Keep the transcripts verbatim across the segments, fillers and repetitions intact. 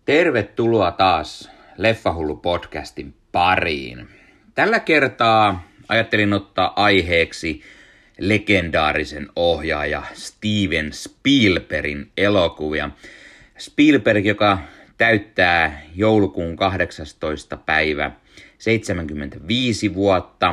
Tervetuloa taas Leffahullu-podcastin pariin. Tällä kertaa ajattelin ottaa aiheeksi legendaarisen ohjaaja Steven Spielbergin elokuvia. Spielberg, joka täyttää joulukuun kahdeksastoista päivä seitsemänkymmentäviisi vuotta,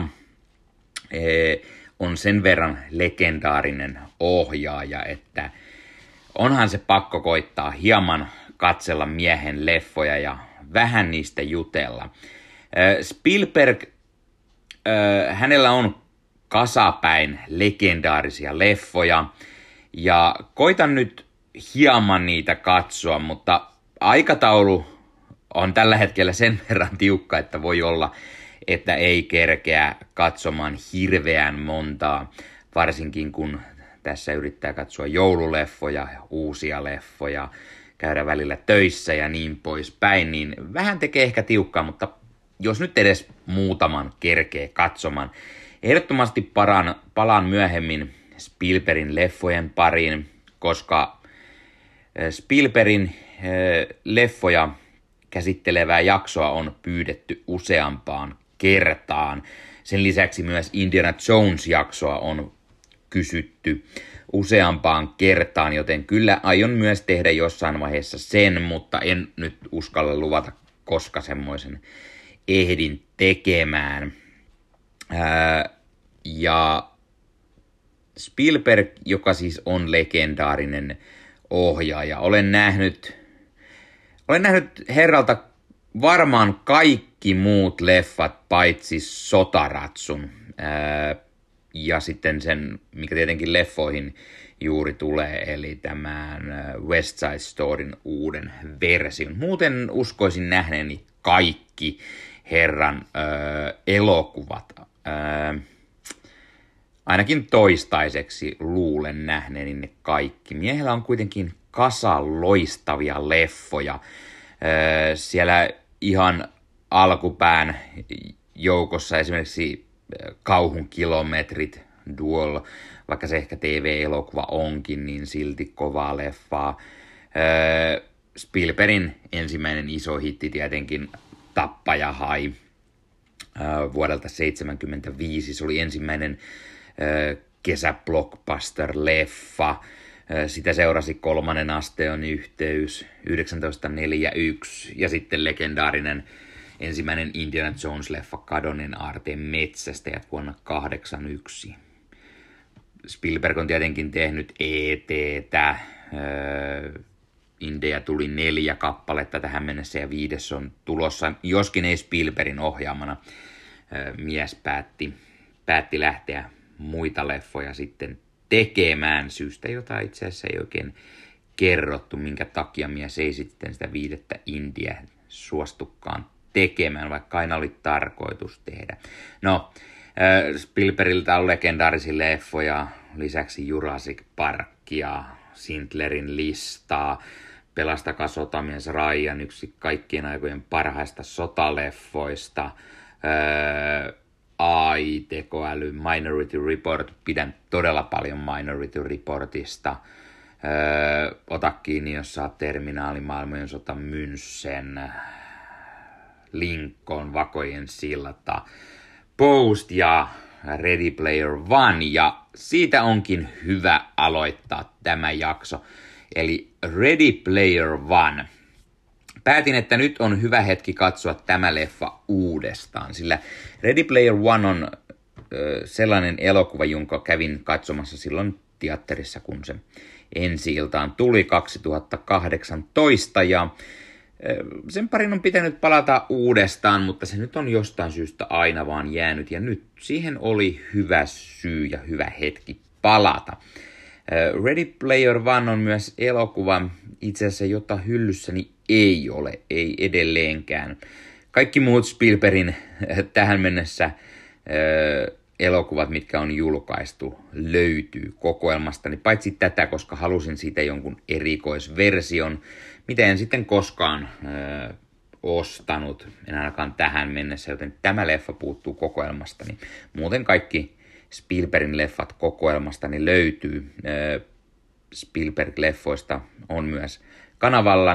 on sen verran legendaarinen ohjaaja, että onhan se pakko koittaa hieman katsella miehen leffoja ja vähän niistä jutella. Spielberg, hänellä on kasapäin legendaarisia leffoja ja koitan nyt hieman niitä katsoa, mutta aikataulu on tällä hetkellä sen verran tiukka, että voi olla, että ei kerkeä katsomaan hirveän montaa, varsinkin kun tässä yrittää katsoa joululeffoja, uusia leffoja, käydä välillä töissä ja niin poispäin, niin vähän tekee ehkä tiukkaa, mutta jos nyt edes muutaman kerkee katsomaan. Ehdottomasti palaan, palaan myöhemmin Spielbergin leffojen pariin, koska Spielbergin leffoja käsittelevää jaksoa on pyydetty useampaan kertaan. Sen lisäksi myös Indiana Jones-jaksoa on kysytty useampaan kertaan, joten kyllä aion myös tehdä jossain vaiheessa sen, mutta en nyt uskalla luvata, koska semmoisen ehdin tekemään. Ää, ja Spielberg, joka siis on legendaarinen ohjaaja, olen nähnyt, olen nähnyt herralta varmaan kaikki muut leffat paitsi Sotaratsun. Ää, Ja sitten sen, mikä tietenkin leffoihin juuri tulee, eli tämän West Side Storyn uuden version. Muuten uskoisin nähneeni kaikki herran ö, elokuvat. Ö, ainakin toistaiseksi luulen nähneeni ne kaikki. Miehellä on kuitenkin kasa loistavia leffoja. Ö, siellä ihan alkupään joukossa esimerkiksi Kauhun kilometrit, Duel, vaikka se ehkä T V-elokuva onkin, niin silti kovaa leffaa. Öö, Spielbergin ensimmäinen iso hitti tietenkin Tappaja Hai öö, vuodelta seitsemänkymmentäviisi. Se oli ensimmäinen öö, kesäblockbuster-leffa. Öö, sitä seurasi Kolmannen asteen yhteys yhdeksäntoista neljäkymmentäyksi ja sitten legendaarinen ensimmäinen Indiana Jones-leffa Kadonnin aarteen metsästäjät vuonna kahdeksankymmentäyksi. Spielberg on tietenkin tehnyt E T:tä. Öö, Indejä tuli neljä kappaletta tähän mennessä ja viides on tulossa. Joskin ei Spielbergin ohjaamana, öö, mies päätti, päätti lähteä muita leffoja sitten tekemään syystä, jota itse asiassa ei oikein kerrottu, minkä takia mies ei sitten sitä viidettä Indiä suostukaan tekemään, vaikka aina oli tarkoitus tehdä. No, Spielbergiltä on legendaarisia leffoja, lisäksi Jurassic Parkia, Schindlerin listaa, Pelastakaa sotamies Ryan, yksi kaikkien aikojen parhaista sotaleffoista, A I-tekoäly, Minority Report, pidän todella paljon Minority Reportista, Ota kiinni, jos saat Terminaalimaailmojen sota München, Lincoln, Vakojen silta, Post ja Ready Player One, ja siitä onkin hyvä aloittaa tämä jakso, eli Ready Player One. Päätin, että nyt on hyvä hetki katsoa tämä leffa uudestaan, sillä Ready Player One on ö, sellainen elokuva, jonka kävin katsomassa silloin teatterissa, kun se ensi-iltaan tuli kaksituhattakahdeksantoista, ja sen parin on pitänyt palata uudestaan, mutta se nyt on jostain syystä aina vaan jäänyt, ja nyt siihen oli hyvä syy ja hyvä hetki palata. Ready Player One on myös elokuva, itse asiassa jota hyllyssäni ei ole, ei edelleenkään. Kaikki muut Spielbergin tähän mennessä elokuvat, mitkä on julkaistu, löytyy kokoelmastani, paitsi tätä, koska halusin siitä jonkun erikoisversion, mitä en sitten koskaan ö, ostanut, en ainakaan tähän mennessä, joten tämä leffa puuttuu kokoelmastani. Muuten kaikki Spielbergin leffat kokoelmastani löytyy. Ö, Spielberg-leffoista on myös kanavallani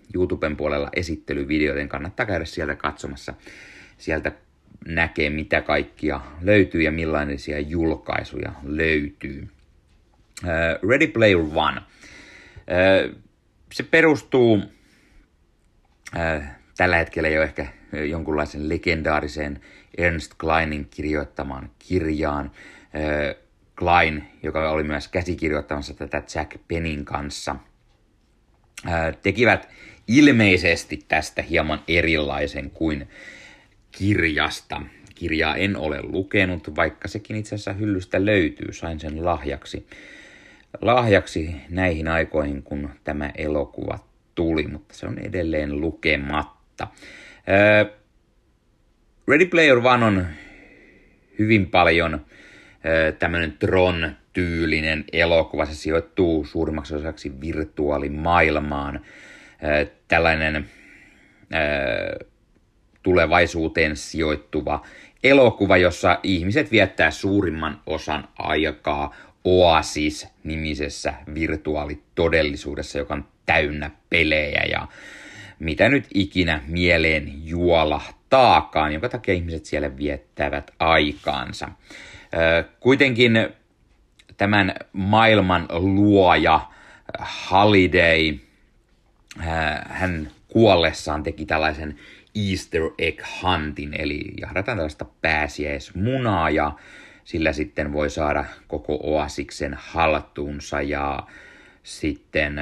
YouTuben puolella esittelyvideoita, joten kannattaa käydä sieltä katsomassa. Sieltä näkee, mitä kaikkia löytyy ja millaisia julkaisuja löytyy. Uh, Ready Player One. Uh, se perustuu uh, tällä hetkellä jo ehkä jonkunlaisen legendaariseen Ernest Clinin kirjoittamaan kirjaan. Uh, Klein, joka oli myös käsikirjoittamassa tätä Jack Pennin kanssa, uh, tekivät ilmeisesti tästä hieman erilaisen kuin kirjasta. Kirjaa en ole lukenut, vaikka sekin itse asiassa hyllystä löytyy. Sain sen lahjaksi, lahjaksi näihin aikoihin, kun tämä elokuva tuli, mutta se on edelleen lukematta. Uh, Ready Player One on hyvin paljon uh, tämmöinen Tron-tyylinen elokuva. Se sijoittuu suurimmaksi osaksi virtuaalimaailmaan. Uh, tällainen uh, tulevaisuuteen sijoittuva elokuva, jossa ihmiset viettää suurimman osan aikaa Oasis-nimisessä virtuaalitodellisuudessa, joka on täynnä pelejä ja mitä nyt ikinä mieleen juolahtaakaan, jonka takia ihmiset siellä viettävät aikaansa. Kuitenkin tämän maailman luoja Halliday, hän kuollessaan teki tällaisen Easter egg huntin, eli jahdataan tällaista pääsiäismunaa ja sillä sitten voi saada koko Oasiksen haltuunsa ja sitten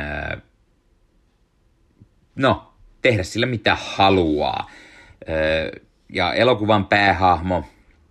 no, tehdä sillä mitä haluaa. Ja elokuvan päähahmo,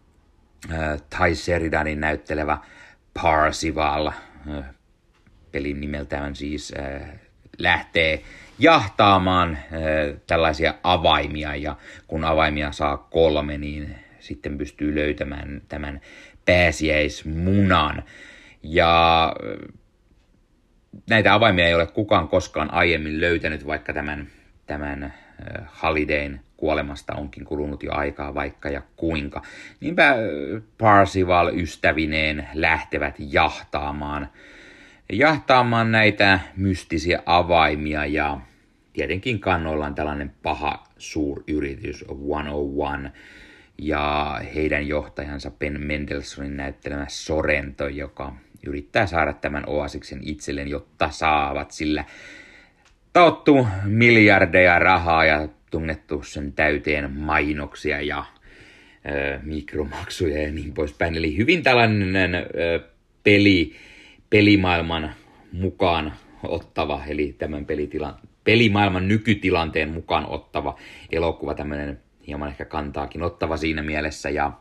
Ty Sheridanin näyttelevä Parzival, pelin nimeltään siis, lähtee jahtaamaan äh, tällaisia avaimia, ja kun avaimia saa kolme, niin sitten pystyy löytämään tämän pääsiäismunan. Ja äh, näitä avaimia ei ole kukaan koskaan aiemmin löytänyt, vaikka tämän, tämän äh, Hallidayn kuolemasta onkin kulunut jo aikaa vaikka ja kuinka. Niinpä äh, Parzival ystävineen lähtevät jahtaamaan, jahtaamaan näitä mystisiä avaimia, ja tietenkin kannoillaan tällainen paha suuryritys sata yksi ja heidän johtajansa Ben Mendelsohnin näyttelemä Sorrento, joka yrittää saada tämän Oasiksen itselleen, jotta saavat sillä taottu miljardeja rahaa ja tunnettu sen täyteen mainoksia ja ö, mikromaksuja ja niin poispäin. Eli hyvin tällainen ö, peli, pelimaailman mukaan ottava, eli tämän pelitilan, pelimaailman nykytilanteen mukaan ottava elokuva, tämmöinen hieman ehkä kantaakin ottava siinä mielessä. Ja,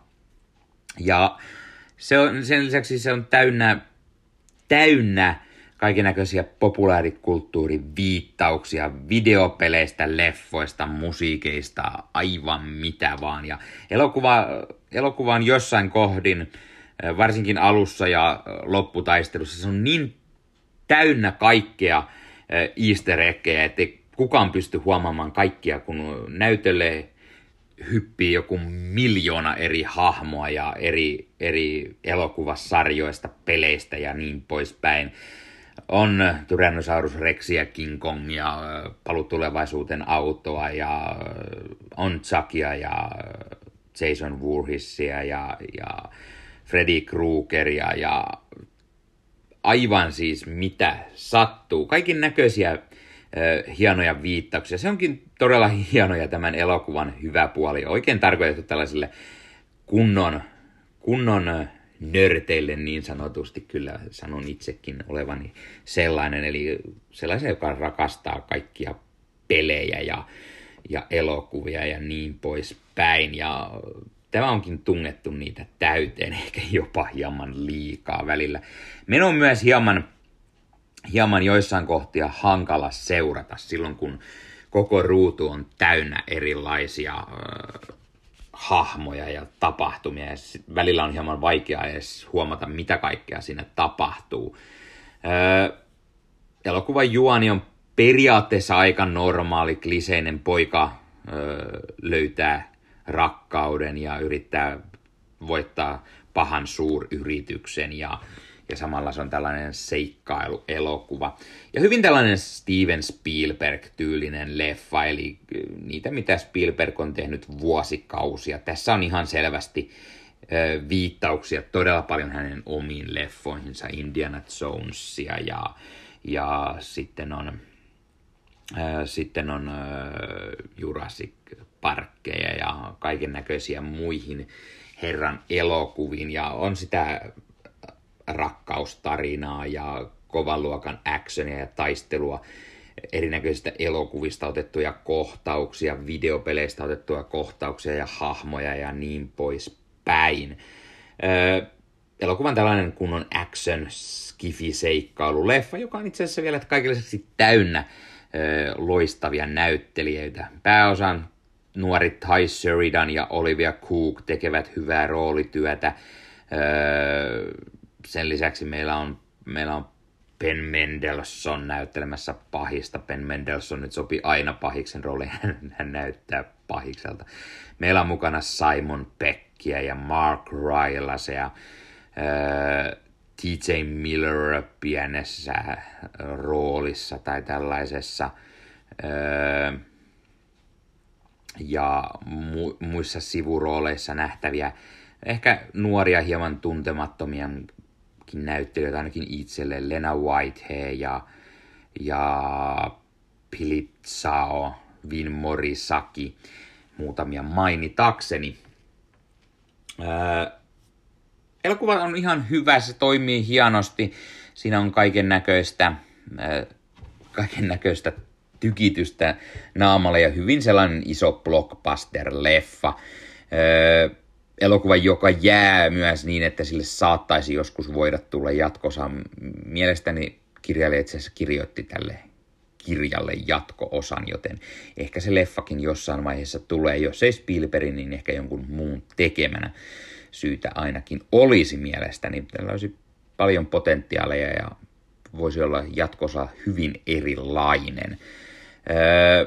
ja se on, sen lisäksi se on täynnä, täynnä kaikennäköisiä populaarikulttuuriviittauksia videopeleistä, leffoista, musiikeista, aivan mitä vaan. Ja elokuva, elokuva on jossain kohdin, varsinkin alussa ja lopputaistelussa, se on niin täynnä kaikkea easter eggejä, ettei kukaan pysty huomaamaan kaikkia, kun näytölle hyppii joku miljoona eri hahmoa ja eri, eri elokuvasarjoista, peleistä ja niin poispäin. On Tyrannosaurus Rexia, King Kongia, Paluu tulevaisuuteen autoa ja on Chuckia ja Jason Voorheesia ja, ja Freddy Kruegeria ja aivan siis mitä sattuu. Kaikin näköisiä äh, hienoja viittauksia. Se onkin todella hienoja tämän elokuvan hyvä puoli. Oikein tarkoitettu tällaisille kunnon, kunnon nörteille niin sanotusti. Kyllä sanon itsekin olevani sellainen. Eli sellaisen, joka rakastaa kaikkia pelejä ja, ja elokuvia ja niin poispäin. Ja tämä onkin tungettu niitä täyteen, ehkä jopa hieman liikaa välillä. Minun on myös hieman, hieman joissain kohtia hankala seurata silloin, kun koko ruutu on täynnä erilaisia äh, hahmoja ja tapahtumia. Ja välillä on hieman vaikea edes huomata, mitä kaikkea siinä tapahtuu. Äh, elokuvan juoni on periaatteessa aika normaali, kliseinen poika äh, löytää rakkauden ja yrittää voittaa pahan suuryrityksen ja, ja samalla se on tällainen seikkailuelokuva. Ja hyvin tällainen Steven Spielberg-tyylinen leffa, eli niitä mitä Spielberg on tehnyt vuosikausia. Tässä on ihan selvästi ö, viittauksia todella paljon hänen omiin leffoihinsa, Indiana Jonesia ja, ja sitten on, ö, sitten on ö, Jurassic Parkkeja ja kaiken näköisiä muihin herran elokuviin, ja on sitä rakkaustarinaa ja kovan luokan actionia ja taistelua, erinäköisistä elokuvista otettuja kohtauksia, videopeleistä otettuja kohtauksia ja hahmoja ja niin poispäin. Öö, elokuvan tällainen kunnon action skifi seikkailu leffa, joka on itse asiassa vielä kaikille lisäksi täynnä öö, loistavia näyttelijöitä. Pääosan nuoret Ty Sheridan ja Olivia Cooke tekevät hyvää roolityötä. Öö, sen lisäksi meillä on, meillä on Ben Mendelsohn näyttelemässä pahista. Ben Mendelsohn nyt sopii aina pahiksen rooliin, hän, hän näyttää pahikselta. Meillä on mukana Simon Peggia ja Mark Rylance ja öö, T J Miller pienessä roolissa tai tällaisessa. Öö, ja mu- muissa sivurooleissa nähtäviä, ehkä nuoria hieman tuntemattomiakin näyttelijöitä ainakin itselle, Lena Whitehead ja, ja Philip Zhao, Vin Morisaki, muutamia mainitakseni. Öö, elokuva on ihan hyvä, se toimii hienosti, siinä on kaiken näköistä, öö, kaiken näköistä tykitystä naamalle ja hyvin sellainen iso blockbuster-leffa. Öö, elokuva, joka jää myös niin, että sille saattaisi joskus voida tulla jatkossa. Mielestäni kirjailija itse asiassa kirjoitti tälle kirjalle jatko-osan, joten ehkä se leffakin jossain vaiheessa tulee. Jos ei Spielbergin, niin ehkä jonkun muun tekemänä. Syytä ainakin olisi mielestäni. Tällä olisi paljon potentiaalia ja voisi olla jatkossa hyvin erilainen. Öö,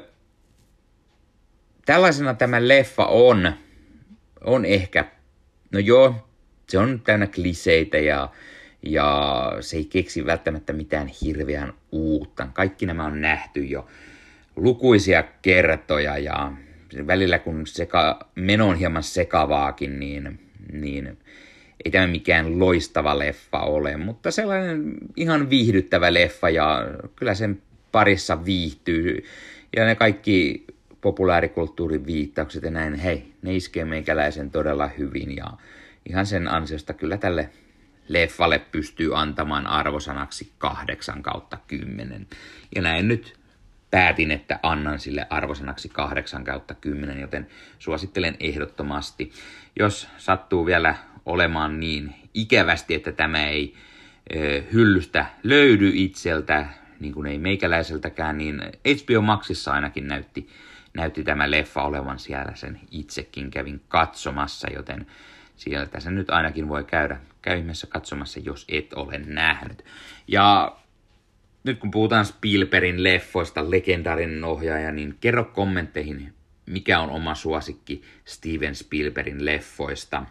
tällaisena tämä leffa on, on ehkä, no joo, se on täynnä kliseitä ja, ja se ei keksi välttämättä mitään hirveän uutta. Kaikki nämä on nähty jo lukuisia kertoja ja välillä kun seka, meno on hieman sekavaakin, niin, niin ei tämä mikään loistava leffa ole, mutta sellainen ihan viihdyttävä leffa ja kyllä sen parissa viihtyy. Ja ne kaikki populaarikulttuurin viittaukset ja näin, hei, ne iskee meikäläisen todella hyvin ja ihan sen ansiosta kyllä tälle leffalle pystyy antamaan arvosanaksi kahdeksan kautta kymmenen. Ja näin nyt päätin, että annan sille arvosanaksi kahdeksan kautta kymmenen, joten suosittelen ehdottomasti. Jos sattuu vielä olemaan niin ikävästi, että tämä ei ö, hyllystä löydy itseltä, niin kuin ei meikäläiseltäkään, niin H B O Maxissa ainakin näytti, näytti tämä leffa olevan siellä, sen itsekin kävin katsomassa, joten sieltä se nyt ainakin voi käydä käymässä katsomassa, jos et ole nähnyt. Ja nyt kun puhutaan Spielbergin leffoista, legendaarinen ohjaaja, niin kerro kommentteihin, mikä on oma suosikki Steven Spielbergin leffoista.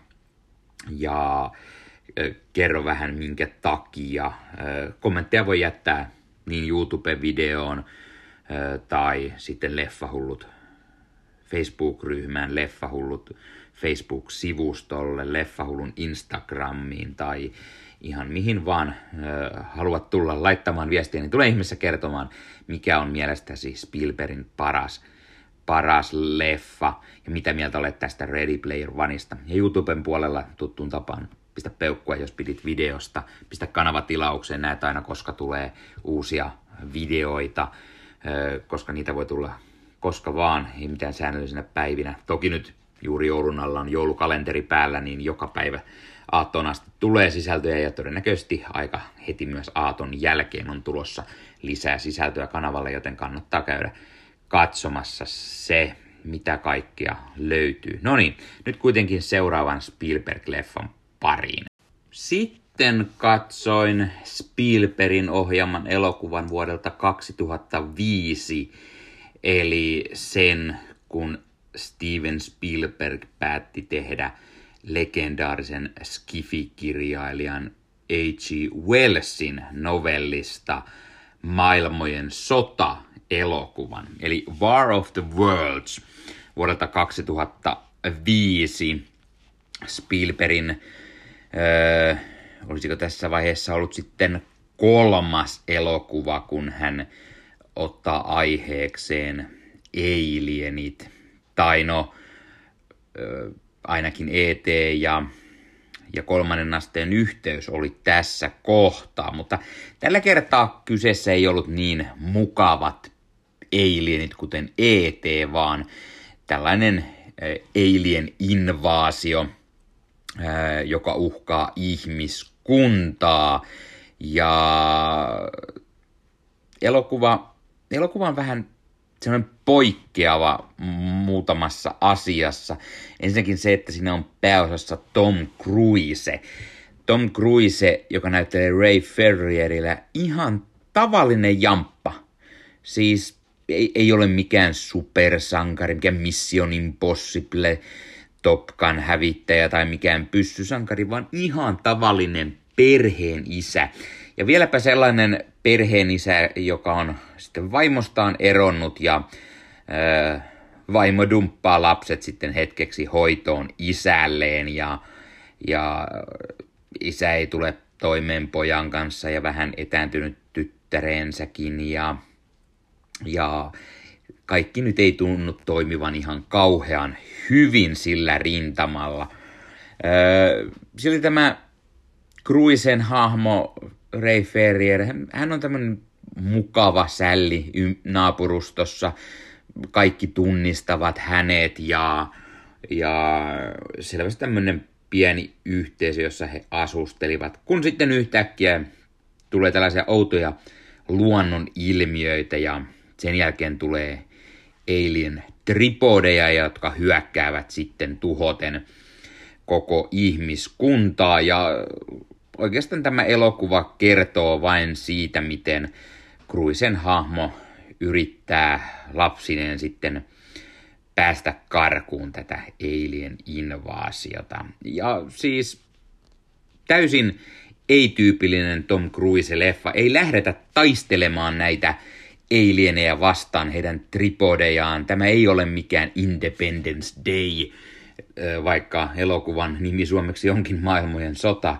Ja äh, kerro vähän minkä takia. Äh, kommentteja voi jättää niin YouTube-videoon äh, tai sitten Leffahullut Facebook-ryhmään, Leffahullut Facebook-sivustolle, Leffahullun Instagramiin tai ihan mihin vaan äh, haluat tulla laittamaan viestiä, niin tule ihmeessä kertomaan, mikä on mielestäsi Spielbergin paras, paras leffa ja mitä mieltä olet tästä Ready Player Oneista. Ja YouTuben puolella tuttuun tapaan pistä peukkua, jos pidit videosta, pistä kanava tilaukseen, näet aina koska tulee uusia videoita, äh, koska niitä voi tulla koska vaan, ei mitään säännöllisenä päivinä. Toki nyt juuri joulun alla on joulukalenteri päällä, niin joka päivä aattoon asti tulee sisältöjä ja todennäköisesti aika heti myös aaton jälkeen on tulossa lisää sisältöä kanavalle, joten kannattaa käydä katsomassa se, mitä kaikkea löytyy. No niin, nyt kuitenkin seuraavan Spielberg-leffan pariin. Sitten katsoin Spielbergin ohjaaman elokuvan vuodelta kaksituhattaviisi, eli sen, kun Steven Spielberg päätti tehdä legendaarisen Skifi-kirjailijan H G. Wellsin novellista Maailmojen sota-elokuvan, eli War of the Worlds vuodelta kaksituhattaviisi. Spielbergin, öö, olisiko tässä vaiheessa ollut sitten kolmas elokuva, kun hän ottaa aiheekseen alienit, tai no öö, ainakin E T ja, ja kolmannen asteen yhteys oli tässä kohtaa, mutta tällä kertaa kyseessä ei ollut niin mukavat alienit kuten E T, vaan tällainen alien-invaasio, joka uhkaa ihmiskuntaa. Ja elokuva, elokuva on vähän semmoinen poikkeava muutamassa asiassa. Ensinnäkin se, että siinä on pääosassa Tom Cruise. Tom Cruise, joka näyttelee Ray Ferrierillä ihan tavallinen jamppa. Siis ei, ei ole mikään supersankari, mikään Mission Impossible, Top Gun hävittäjä tai mikään pyssysankari, vaan ihan tavallinen perheen isä. Ja vieläpä sellainen perheen isä, joka on sitten vaimostaan eronnut ja äh, vaimo dumppaa lapset sitten hetkeksi hoitoon isälleen ja, ja isä ei tule toimeen pojan kanssa ja vähän etääntynyt tyttäreensäkin ja, ja kaikki nyt ei tunnu toimivan ihan kauhean hyvin sillä rintamalla. Öö, silti tämä Cruisen hahmo Ray Ferrier, hän on tämmöinen mukava sälli naapurustossa. Kaikki tunnistavat hänet ja, ja selvästi tämmöinen pieni yhteisö, jossa he asustelivat. Kun sitten yhtäkkiä tulee tällaisia outoja luonnon ilmiöitä ja sen jälkeen tulee alien tripodeja, jotka hyökkäävät sitten tuhoten koko ihmiskuntaa. Ja oikeastaan tämä elokuva kertoo vain siitä, miten Cruisen hahmo yrittää lapsineen sitten päästä karkuun tätä alien-invaasiota. Ja siis täysin ei-tyypillinen Tom Cruise-leffa. Ei lähdetä taistelemaan näitä alienejä vastaan, heidän tripodejaan. Tämä ei ole mikään Independence Day, vaikka elokuvan nimi suomeksi onkin Maailmojen sota,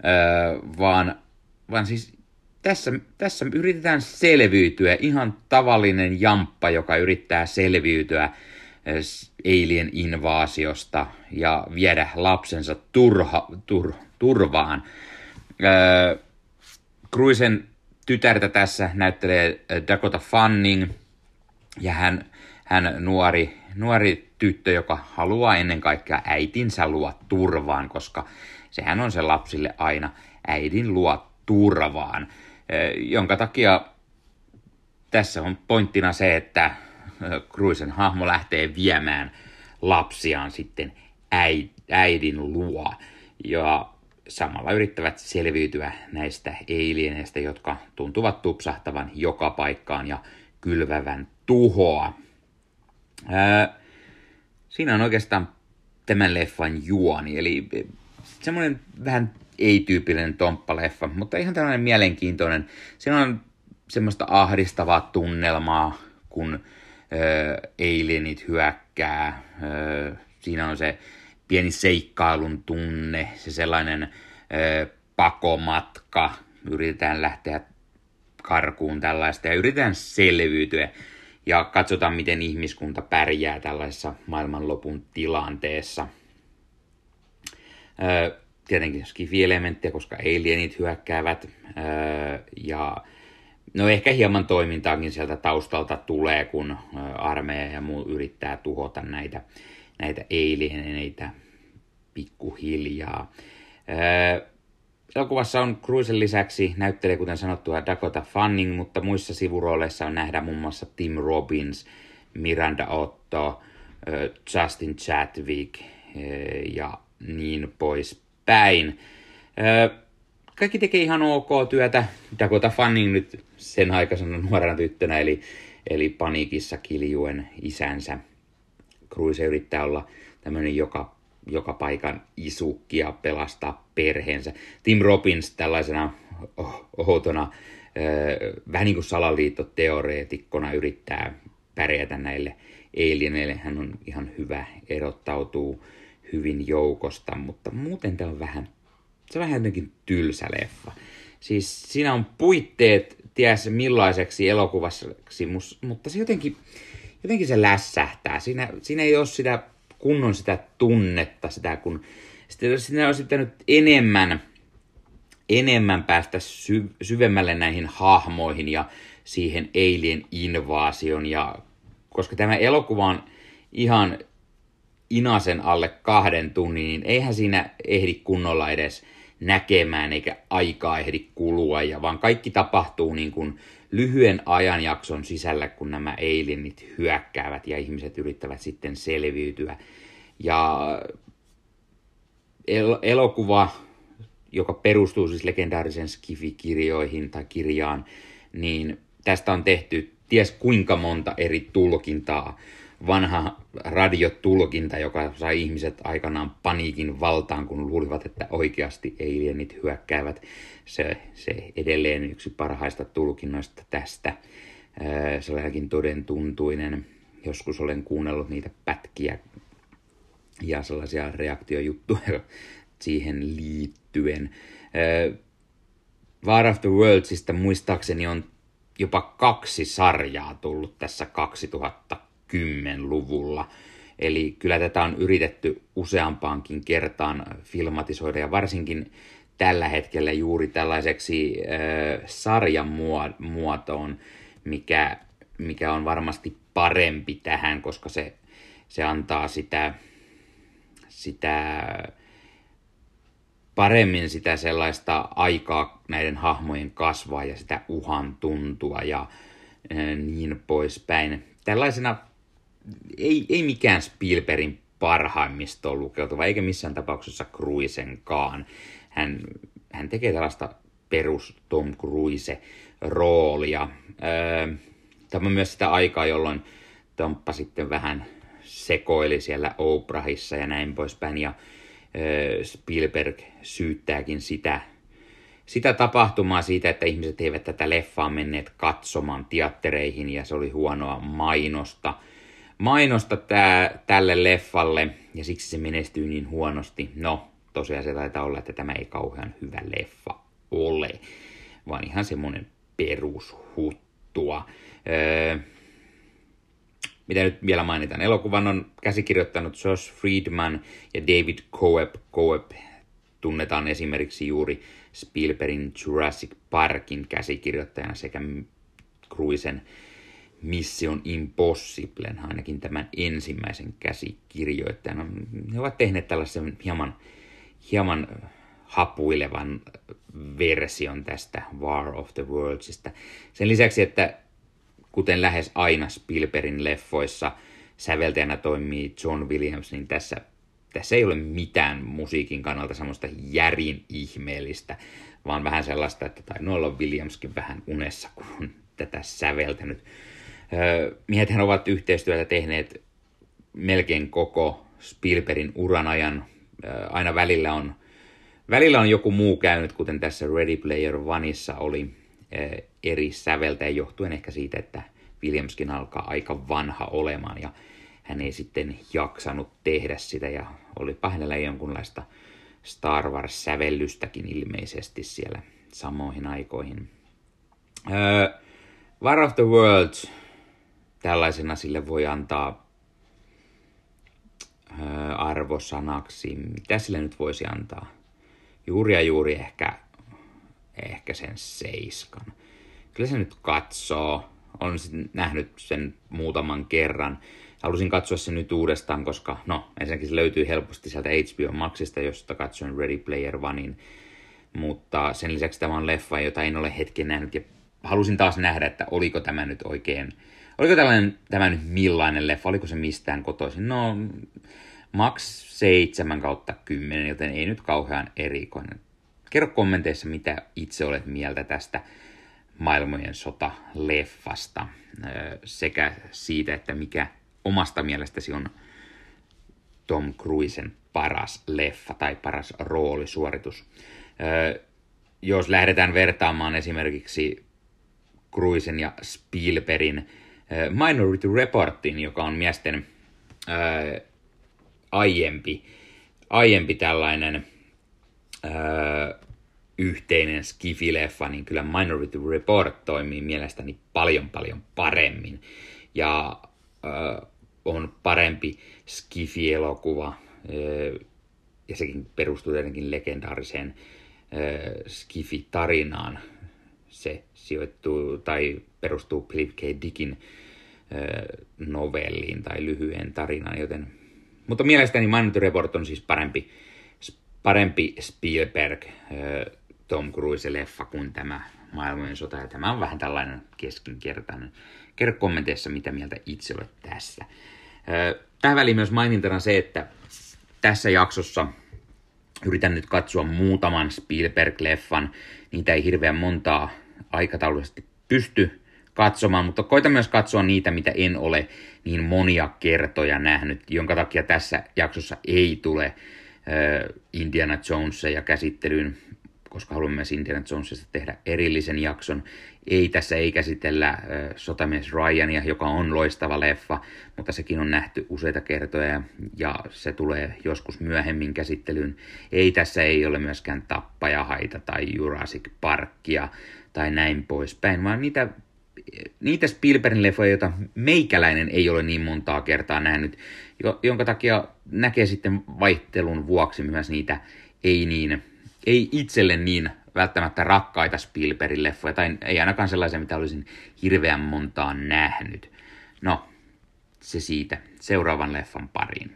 vaan, vaan siis tässä, tässä yritetään selviytyä, ihan tavallinen jamppa, joka yrittää selviytyä alien-invaasiosta ja viedä lapsensa turha, tur, turvaan. Cruisen tytärtä tässä näyttelee Dakota Fanning, ja hän, hän nuori, nuori tyttö, joka haluaa ennen kaikkea äitinsä luo turvaan, koska sehän on se lapsille aina äidin luo turvaan, jonka takia tässä on pointtina se, että Cruisen hahmo lähtee viemään lapsiaan sitten äidin luo, ja samalla yrittävät selviytyä näistä alieneistä, jotka tuntuvat tupsahtavan joka paikkaan ja kylvävän tuhoa. Ää, siinä on oikeastaan tämän leffan juoni, eli semmoinen vähän ei-tyypillinen tomppaleffa, mutta ihan tällainen mielenkiintoinen. Siinä on semmoista ahdistavaa tunnelmaa, kun ää, alienit hyökkää. Ää, siinä on se pieni seikkailun tunne, se sellainen ö, pakomatka, yritetään lähteä karkuun tällaista ja yritetään selviytyä ja katsotaan, miten ihmiskunta pärjää tällaisessa maailmanlopun tilanteessa. Ö, tietenkin skifi-elementtejä, koska alienit hyökkäävät ö, ja no ehkä hieman toimintaakin sieltä taustalta tulee, kun ö, armeija ja muu yrittää tuhota näitä näitä alieneitä pikkuhiljaa. Öö, elokuvassa on Cruisen lisäksi näyttelee, kuten sanottua, Dakota Fanning, mutta muissa sivurooleissa on nähdä muun muassa Tim Robbins, Miranda Otto, öö, Justin Chadwick öö, ja niin poispäin. Öö, kaikki tekee ihan ok työtä. Dakota Fanning nyt sen aikaisena nuorena tyttönä, eli, eli paniikissa kiljuen isänsä. Cruise yrittää olla tämmöinen joka, joka paikan isukki ja pelastaa perheensä. Tim Robbins tällaisena outona, vähän niin kuin salaliittoteoreetikkona yrittää pärjätä näille alieneille. Hän on ihan hyvä, erottautuu hyvin joukosta, mutta muuten tämä on vähän, se on vähän jotenkin tylsä leffa. Siis siinä on puitteet, ties millaiseksi elokuvaksi, mutta se jotenkin, jotenkin se lässähtää. Siinä, siinä ei ole sitä kunnon sitä tunnetta, sitä kun siinä olisi pitänyt enemmän, enemmän päästä sy, syvemmälle näihin hahmoihin ja siihen alien invaasion. Ja, koska tämä elokuva on ihan inasen alle kahden tunnin, niin eihän siinä ehdi kunnolla edes näkemään eikä aikaa ehdi kulua, ja vaan kaikki tapahtuu niin kuin lyhyen ajanjakson sisällä, kun nämä alienit hyökkäävät ja ihmiset yrittävät sitten selviytyä. Ja el- elokuva, joka perustuu siis legendaarisen Skifi-kirjoihin tai kirjaan, niin tästä on tehty ties kuinka monta eri tulkintaa. Vanha radiotulkinta, joka sai ihmiset aikanaan paniikin valtaan, kun luulivat, että oikeasti alienit hyökkäävät. Se, se edelleen yksi parhaista tulkinnoista tästä. Se oli ainakin toden tuntuinen. Joskus olen kuunnellut niitä pätkiä ja sellaisia reaktiojuttuja siihen liittyen. War of the Worldsista muistaakseni on jopa kaksi sarjaa tullut tässä kaksituhattakymmenluvulla. Eli kyllä tätä on yritetty useampaankin kertaan filmatisoida, ja varsinkin tällä hetkellä juuri tällaiseksi äh, sarjan muotoon, mikä, mikä on varmasti parempi tähän, koska se, se antaa sitä, sitä paremmin sitä sellaista aikaa näiden hahmojen kasvaa ja sitä uhan tuntua ja äh, niin poispäin. Tällaisena ei, ei mikään Spielbergin parhaimmistoon lukeutuva, eikä missään tapauksessa Cruisenkaan. Hän, hän tekee tällaista perus Tom Cruise-roolia. Öö, Tämä on myös sitä aikaa, jolloin Tomppa sitten vähän sekoili siellä Oprahissa ja näin poispäin. Ja öö, Spielberg syyttääkin sitä, sitä tapahtumaa siitä, että ihmiset eivät tätä leffaa menneet katsomaan teattereihin, ja se oli huonoa mainosta. Mainosta tää, tälle leffalle, ja siksi se menestyy niin huonosti. No, tosiaan se taitaa olla, että tämä ei kauhean hyvä leffa ole, vaan ihan semmoinen perushuttua. Öö, mitä nyt vielä mainitaan? Elokuvan on käsikirjoittanut Josh Friedman ja David Coeb. Coeb tunnetaan esimerkiksi juuri Spielbergin Jurassic Parkin käsikirjoittajana sekä Cruisen Mission Impossiblen, ainakin tämän ensimmäisen käsikirjoittajana. He ovat tehneet tällaisen hieman, hieman hapuilevan version tästä War of the Worldsista. Sen lisäksi, että kuten lähes aina Spielbergin leffoissa säveltäjänä toimii John Williams, niin tässä, tässä ei ole mitään musiikin kannalta semmoista järin ihmeellistä, vaan vähän sellaista, että tainnut olla Williamskin vähän unessa, kun on tätä säveltänyt. Miehethän ovat yhteistyötä tehneet melkein koko Spielbergin uran ajan. Aina välillä on, välillä on joku muu käynyt, kuten tässä Ready Player Oneissa oli eri säveltäjä, johtuen ehkä siitä, että Williamskin alkaa aika vanha olemaan ja hän ei sitten jaksanut tehdä sitä, ja olipa hänellä jonkunlaista Star Wars-sävellystäkin ilmeisesti siellä samoihin aikoihin. War of the Worlds, tällaisena sille voi antaa ää, arvosanaksi. Mitä sille nyt voisi antaa? Juuri ja juuri ehkä, ehkä sen seiskan. Kyllä se nyt katsoo. Olen nähnyt sen muutaman kerran. Halusin katsoa sen nyt uudestaan, koska no, ensinnäkin se löytyy helposti sieltä H B O Maxista, josta katsoin Ready Player Onein. Mutta sen lisäksi tämä on leffa, jota en ole hetken nähnyt, ja halusin taas nähdä, että oliko tämä nyt oikein, oliko tällainen, tämä nyt millainen leffa, oliko se mistään kotoisin. No, max seitsemän kautta kymmenen, joten ei nyt kauhean erikoinen. Kerro kommenteissa, mitä itse olet mieltä tästä Maailmojen sota-leffasta, sekä siitä, että mikä omasta mielestäsi on Tom Cruisen paras leffa tai paras roolisuoritus. Öö, jos lähdetään vertaamaan esimerkiksi Cruisen ja Spielbergin öö, Minority Reportin, joka on miesten öö, aiempi, aiempi tällainen öö, yhteinen skifileffa, niin kyllä Minority Report toimii mielestäni paljon paljon paremmin ja öö, on parempi skifi-elokuva öö, ja sekin perustuu tietenkin legendaariseen öö, skifi-tarinaan. Se sijoittuu tai perustuu Philip K. Dickin öö, novelliin tai lyhyen tarinaan, joten mutta mielestäni Minority Report on siis parempi, parempi Spielberg öö, Tom Cruise-leffa kuin tämä Maailmojen sota, ja tämä on vähän tällainen keskinkertainen. Kerro kommenteissa, mitä mieltä itse olet tässä. Tähän väliin myös mainintana se, että tässä jaksossa yritän nyt katsoa muutaman Spielberg-leffan. Niitä ei hirveän montaa aikataulullisesti pysty katsomaan, mutta koitan myös katsoa niitä, mitä en ole niin monia kertoja nähnyt, jonka takia tässä jaksossa ei tule Indiana Jonesia käsittelyyn, koska haluan myös Indiana Jonesista tehdä erillisen jakson. Ei tässä ei käsitellä äh, Sotamies Ryania, joka on loistava leffa, mutta sekin on nähty useita kertoja ja se tulee joskus myöhemmin käsittelyyn. Ei tässä ei ole myöskään Tappajahaita tai Jurassic Parkia tai näin poispäin, vaan niitä, niitä Spielbergin leffoja, joita meikäläinen ei ole niin montaa kertaa nähnyt, jonka takia näkee sitten vaihtelun vuoksi myös niitä ei niin ei itselle niin välttämättä rakkaita Spielbergin leffoja, tai ei ainakaan sellaisia, mitä olisin hirveän montaa nähnyt. No, se siitä. Seuraavan leffan pariin.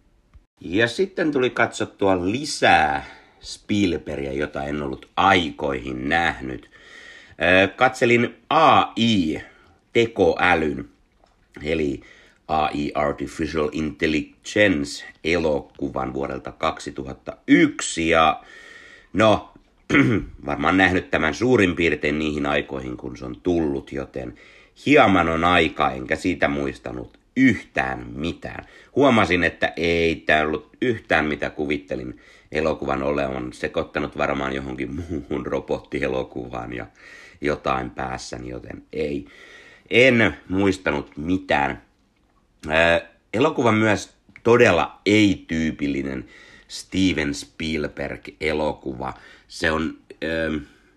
Ja sitten tuli katsottua lisää Spielbergia, jota en ollut aikoihin nähnyt. Katselin A I-tekoälyn, eli A I Artificial Intelligence elokuvan vuodelta kaksituhattayksi, ja no, varmaan nähnyt tämän suurin piirtein niihin aikoihin, kun se on tullut, joten hieman on aika, enkä siitä muistanut yhtään mitään. Huomasin, että ei tämä ollut yhtään mitä kuvittelin elokuvan olevan, sekoittanut varmaan johonkin muuhun robottielokuvaan ja jotain päässäni, joten ei. En muistanut mitään. Ää, elokuva myös todella ei-tyypillinen Steven Spielberg-elokuva. Se on, öö,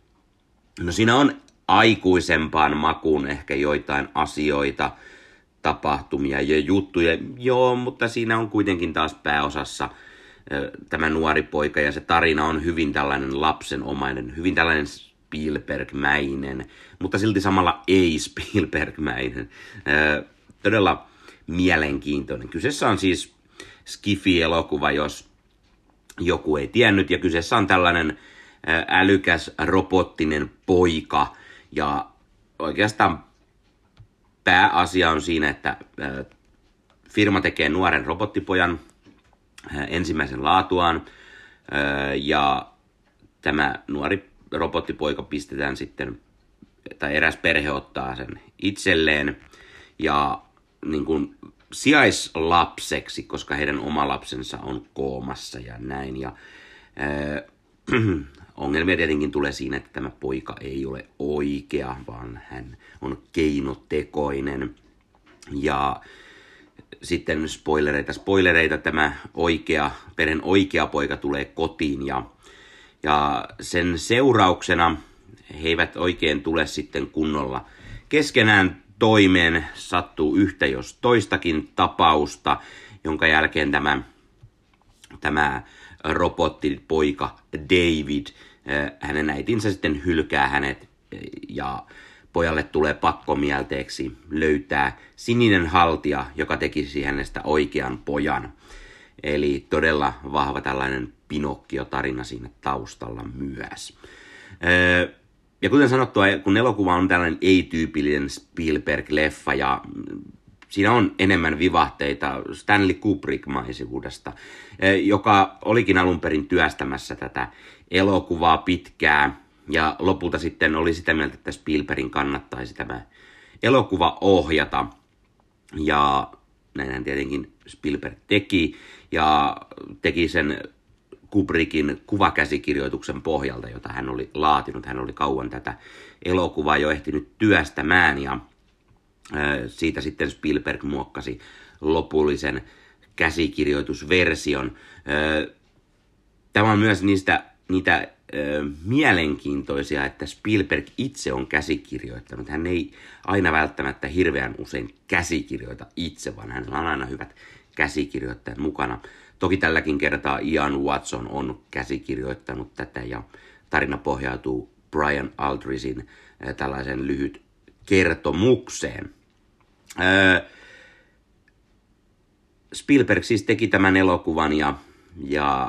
no siinä on aikuisempaan makuun ehkä joitain asioita, tapahtumia ja juttuja, joo, mutta siinä on kuitenkin taas pääosassa öö, tämä nuori poika ja se tarina on hyvin tällainen lapsenomainen, hyvin tällainen Spielberg-mäinen, mutta silti samalla ei Spielberg-mäinen. Öö, todella mielenkiintoinen. Kyseessä on siis Skifi-elokuva, jos joku ei tiennyt, ja kyseessä on tällainen älykäs robottinen poika, ja oikeastaan pääasia on siinä, että firma tekee nuoren robottipojan ensimmäisen laatuaan, ja tämä nuori robottipoika pistetään sitten, tai eräs perhe ottaa sen itselleen, ja niin kuin sijaislapseksi, koska heidän oma lapsensa on koomassa ja näin. Ja, äh, ongelmia tietenkin tulee siinä, että tämä poika ei ole oikea, vaan hän on keinotekoinen. Ja sitten spoilereita, spoilereita, tämä oikea, perheen oikea poika tulee kotiin ja, ja sen seurauksena he eivät oikein tule sitten kunnolla keskenään toimeen, sattuu yhtä jos toistakin tapausta, jonka jälkeen tämä, tämä robottipoika David, hänen äitinsä sitten hylkää hänet ja pojalle tulee pakkomielteeksi löytää sininen haltija, joka tekisi hänestä oikean pojan. Eli todella vahva tällainen Pinokkio-tarina siinä taustalla myös. Ja kuten sanottua, kun elokuva on tällainen ei-tyypillinen Spielberg-leffa ja siinä on enemmän vivahteita Stanley Kubrick-maisuudesta, joka olikin alun perin työstämässä tätä elokuvaa pitkään ja lopulta sitten oli sitä mieltä, että Spielbergin kannattaisi tämä elokuva ohjata. Ja näinhän tietenkin Spielberg teki, ja teki sen Kubrickin kuvakäsikirjoituksen pohjalta, jota hän oli laatinut. Hän oli kauan tätä elokuvaa jo ehtinyt työstämään, ja siitä sitten Spielberg muokkasi lopullisen käsikirjoitusversion. Tämä on myös niistä, niitä mielenkiintoisia, että Spielberg itse on käsikirjoittanut. Hän ei aina välttämättä hirveän usein käsikirjoita itse, vaan hänellä on aina hyvät käsikirjoittajat mukana. Toki tälläkin kertaa Ian Watson on käsikirjoittanut tätä, ja tarina pohjautuu Brian Aldridgein tällaisen lyhyt kertomukseen. Spielberg siis teki tämän elokuvan ja, ja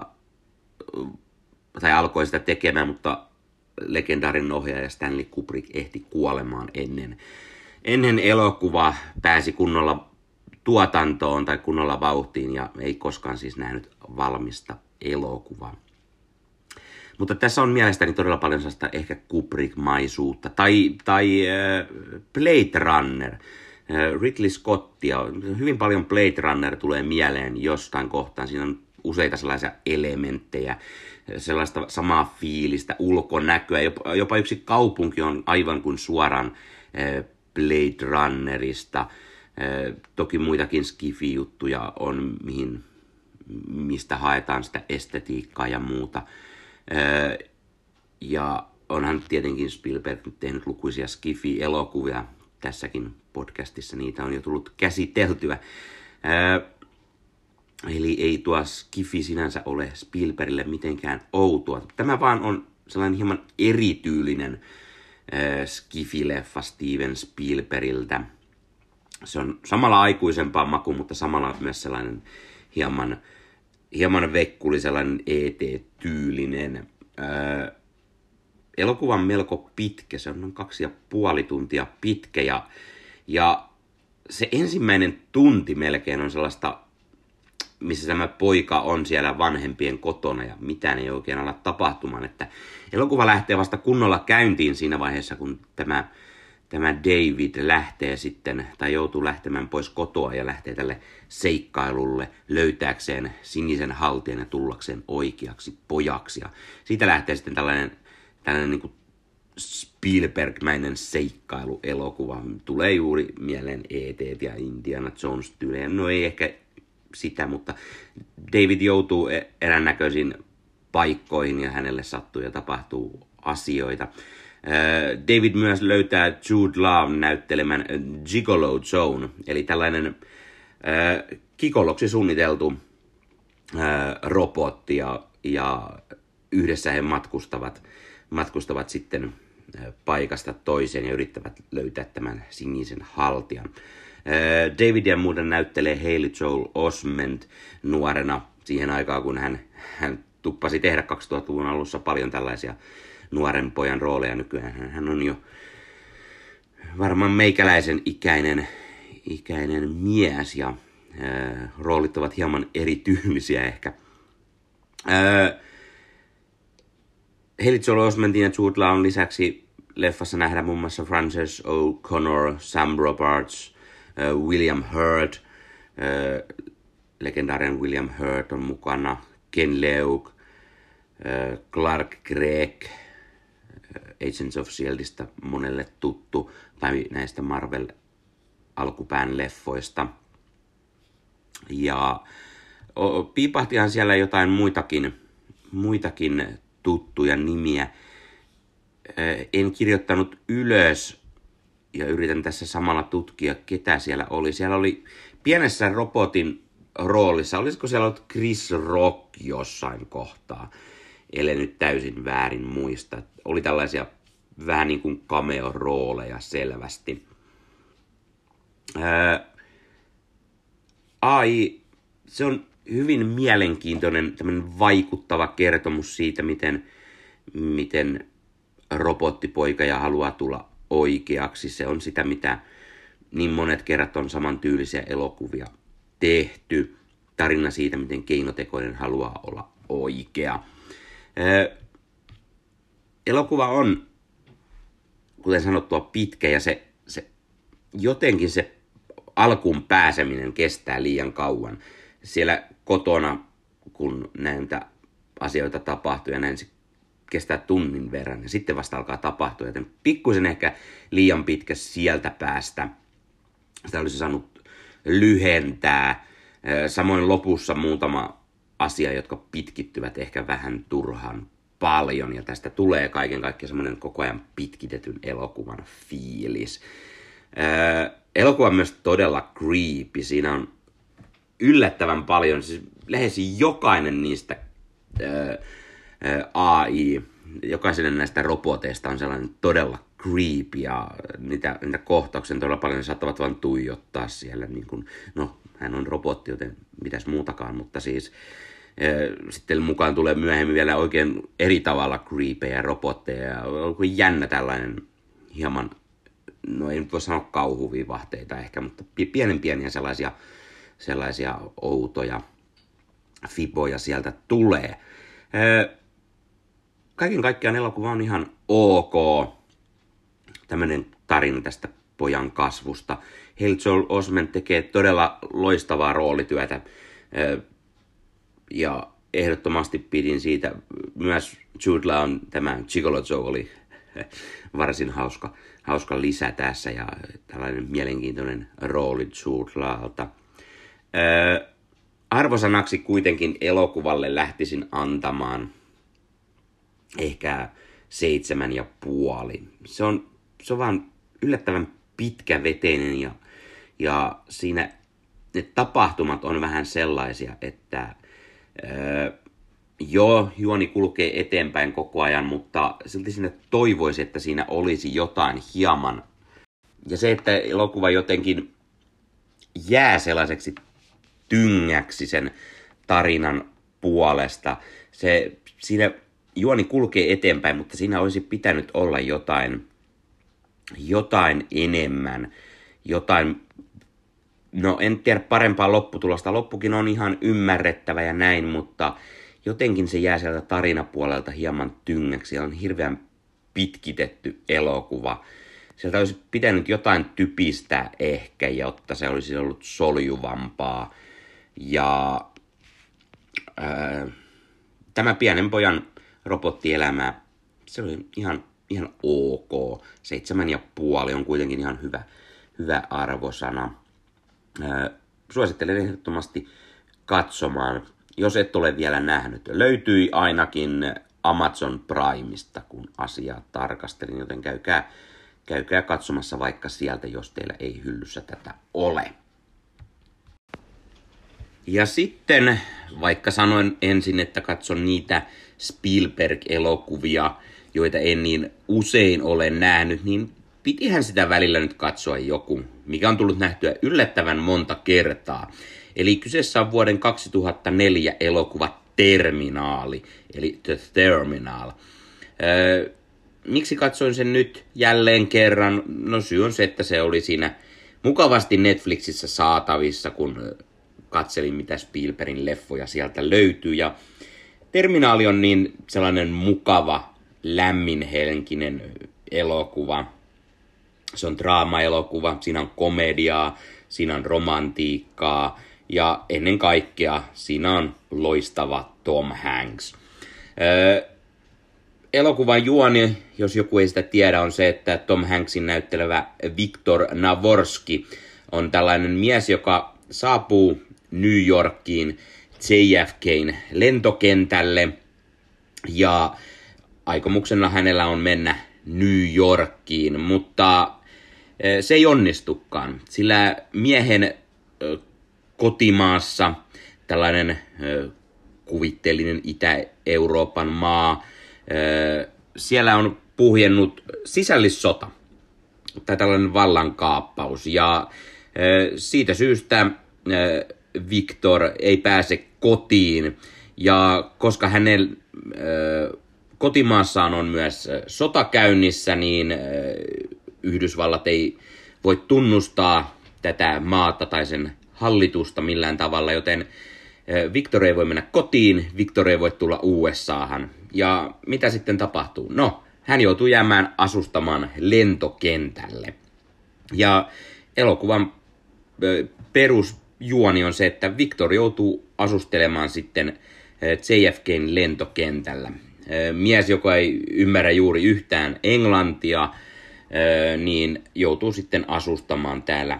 tai alkoi sitä tekemään, mutta legendaarinen ohjaaja Stanley Kubrick ehti kuolemaan ennen, ennen elokuva pääsi kunnolla tuotantoon tai kunnolla vauhtiin ja ei koskaan siis nähnyt valmista elokuvaa. Mutta tässä on mielestäni todella paljon sellaista ehkä Kubrick-maisuutta tai, tai äh, Blade Runner. Äh, Ridley Scottia, hyvin paljon Blade Runner tulee mieleen jostain kohtaan. Siinä on useita sellaisia elementtejä, sellaista samaa fiilistä, ulkonäköä. Jopa, jopa yksi kaupunki on aivan kuin suoraan äh, Blade Runnerista. Äh, toki muitakin skifi-juttuja on, mihin, mistä haetaan sitä estetiikkaa ja muuta. Öö, ja onhan tietenkin Spielberg tehnyt lukuisia skifi-elokuvia. Tässäkin podcastissa niitä on jo tullut käsiteltyä. Öö, eli ei tuo skifi sinänsä ole Spielbergille mitenkään outoa. Tämä vaan on sellainen hieman erityylinen öö, skifi-leffa Steven Spielbergiltä. Se on samalla aikuisempaa maku, mutta samalla myös sellainen hieman hieman vekkuli, sellainen E T-tyylinen. Öö, elokuva on melko pitkä, se on noin kaksi ja puoli tuntia pitkä, ja, ja se ensimmäinen tunti melkein on sellaista, missä tämä poika on siellä vanhempien kotona ja mitään ei oikein ala tapahtumaan. Että elokuva lähtee vasta kunnolla käyntiin siinä vaiheessa, kun tämä Tämä David lähtee sitten, tai joutuu lähtemään pois kotoa ja lähtee tälle seikkailulle löytääkseen sinisen haltijan ja tullakseen oikeaksi pojaksi. Ja siitä lähtee sitten tällainen, tällainen niin kuin Spielberg-mäinen seikkailuelokuva. Tulee juuri mieleen E T ja Indiana Jones -tyylejä. No ei ehkä sitä, mutta David joutuu eräännäköisiin paikkoihin ja hänelle sattuu ja tapahtuu asioita. David myös löytää Jude Lawn näyttelemän Gigolo Zone, eli tällainen äh, kikoloksi suunniteltu äh, robotti, ja, ja yhdessä he matkustavat, matkustavat sitten äh, paikasta toiseen ja yrittävät löytää tämän sinisen haltijan. Äh, Davidia muuten näyttelee Haley Joel Osment nuorena siihen aikaan, kun hän, hän tuppasi tehdä kaksituhattaluvun alussa paljon tällaisia nuoren pojan rooleja. Nykyään hän on jo varmaan meikäläisen ikäinen, ikäinen mies, ja ää, roolit ovat hieman erityylisiä ehkä. Ää, Haley Joel Osmentin ja Jude Lawn lisäksi leffassa nähdään muun muassa Frances O'Connor, Sam Roberts, ää, William Hurt, ää, legendaarinen William Hurt on mukana, Ken Leuk, ää, Clark Gregg, Agents of Shieldista monelle tuttu, tai näistä Marvel-alkupään leffoista. Ja piipahtihan siellä jotain muitakin, muitakin tuttuja nimiä. En kirjoittanut ylös, ja yritän tässä samalla tutkia, ketä siellä oli. Siellä oli pienessä robotin roolissa, olisiko siellä ollut Chris Rock jossain kohtaa, ellei nyt täysin väärin muista. Oli tällaisia vähän niin kuin cameo-rooleja selvästi. Ää, A I, se on hyvin mielenkiintoinen, tämmöinen vaikuttava kertomus siitä, miten, miten robottipoika ja haluaa tulla oikeaksi. Se on sitä, mitä niin monet kerrat on samantyylisiä elokuvia tehty. Tarina siitä, miten keinotekoinen haluaa olla oikea. Ää, elokuva on, kuten sanottua, pitkä, ja se, se jotenkin se alkuun pääseminen kestää liian kauan. Siellä kotona, kun näitä asioita tapahtuu ja näin se kestää tunnin verran ja sitten vasta alkaa tapahtua, joten pikkuisen ehkä liian pitkä sieltä päästä. Sitä olisi saanut lyhentää. Samoin lopussa muutama asia, jotka pitkittyvät ehkä vähän turhan paljon ja tästä tulee kaiken kaikkiaan semmoinen koko ajan pitkitetyn elokuvan fiilis. Elokuva on myös todella creepy. Siinä on yllättävän paljon, siis lähes jokainen niistä ää, ää, A I, jokaisen näistä roboteista on sellainen todella creepy ja niitä, niitä kohtauksia todella paljon, ne saattavat vain tuijottaa siellä, niin kuin, no hän on robotti, joten mitäs muutakaan, mutta siis ää, sitten mukaan tulee myöhemmin vielä oikein eri tavalla creepejä robotteja ja on jännä tällainen hieman, no ei nyt voi sanoa kauhuvivahteita ehkä, mutta pienen pieniä sellaisia sellaisia outoja fiboja sieltä tulee. Kaiken kaikkiaan elokuva on ihan ok. Tämmöinen tarina tästä pojan kasvusta. Haley Joel Osment tekee todella loistavaa roolityötä. Ja ehdottomasti pidin siitä. Myös Jude Lawn tämä Gigolo Joe oli varsin hauska, hauska lisä tässä ja tällainen mielenkiintoinen rooli Jude Lawlta. Öö, arvosanaksi kuitenkin elokuvalle lähtisin antamaan ehkä seitsemän ja puoli. Se on, se on vaan yllättävän pitkäveteinen ja, ja siinä ne tapahtumat on vähän sellaisia, että öö, joo, juoni kulkee eteenpäin koko ajan, mutta silti siinä toivoisi, että siinä olisi jotain hieman. Ja se, että elokuva jotenkin jää sellaiseksi tyngäksi sen tarinan puolesta. Se, siinä juoni kulkee eteenpäin, mutta siinä olisi pitänyt olla jotain, jotain enemmän. Jotain, no en tiedä parempaa lopputulosta. Loppukin on ihan ymmärrettävä ja näin, mutta jotenkin se jää sieltä tarinapuolelta hieman tyngäksi. Siellä on hirveän pitkitetty elokuva. Sieltä olisi pitänyt jotain typistä ehkä, jotta se olisi ollut soljuvampaa. Ja ää, tämä pienen pojan robottielämä, se oli ihan, ihan ok. Seitsemän ja puoli on kuitenkin ihan hyvä, hyvä arvosana. Ää, suosittelen ehdottomasti katsomaan, jos et ole vielä nähnyt. Löytyi ainakin Amazon Primeista, kun asiaa tarkastelin, joten käykää, käykää katsomassa vaikka sieltä, jos teillä ei hyllyssä tätä ole. Ja sitten, vaikka sanoin ensin, että katson niitä Spielberg-elokuvia, joita en niin usein ole nähnyt, niin pitihän sitä välillä nyt katsoa joku, mikä on tullut nähtyä yllättävän monta kertaa. Eli kyseessä on vuoden kaksituhattaneljä elokuva Terminaali, eli The Terminal. Öö, miksi katsoin sen nyt jälleen kerran? No syy on se, että se oli siinä mukavasti Netflixissä saatavissa, kun katselin, mitä Spielbergin leffoja sieltä löytyy. Ja Terminaali on niin sellainen mukava, lämminhenkinen elokuva. Se on draama-elokuva, siinä on komediaa, siinä on romantiikkaa ja ennen kaikkea siinä on loistava Tom Hanks. Öö, elokuvan juoni, jos joku ei sitä tiedä, on se, että Tom Hanksin näyttelevä Viktor Navorski on tällainen mies, joka saapuu New Yorkiin J F K:n lentokentälle ja aikomuksena hänellä on mennä New Yorkiin, mutta se ei onnistukaan, sillä miehen kotimaassa tällainen kuvitteellinen Itä-Euroopan maa, siellä on puhjennut sisällissota tai tällainen vallankaappaus ja siitä syystä Viktor ei pääse kotiin ja koska hänen kotimaassaan on myös sota käynnissä, niin Yhdysvallat ei voi tunnustaa tätä maata tai sen hallitusta millään tavalla, joten Viktor ei voi mennä kotiin, Viktor ei voi tulla U S Ahan. Ja mitä sitten tapahtuu? No, hän joutuu jäämään asustamaan lentokentälle. Ja elokuvan perusjuoni on se, että Victor joutuu asustelemaan sitten J F K:n lentokentällä. Mies, joka ei ymmärrä juuri yhtään englantia, niin joutuu sitten asustamaan täällä,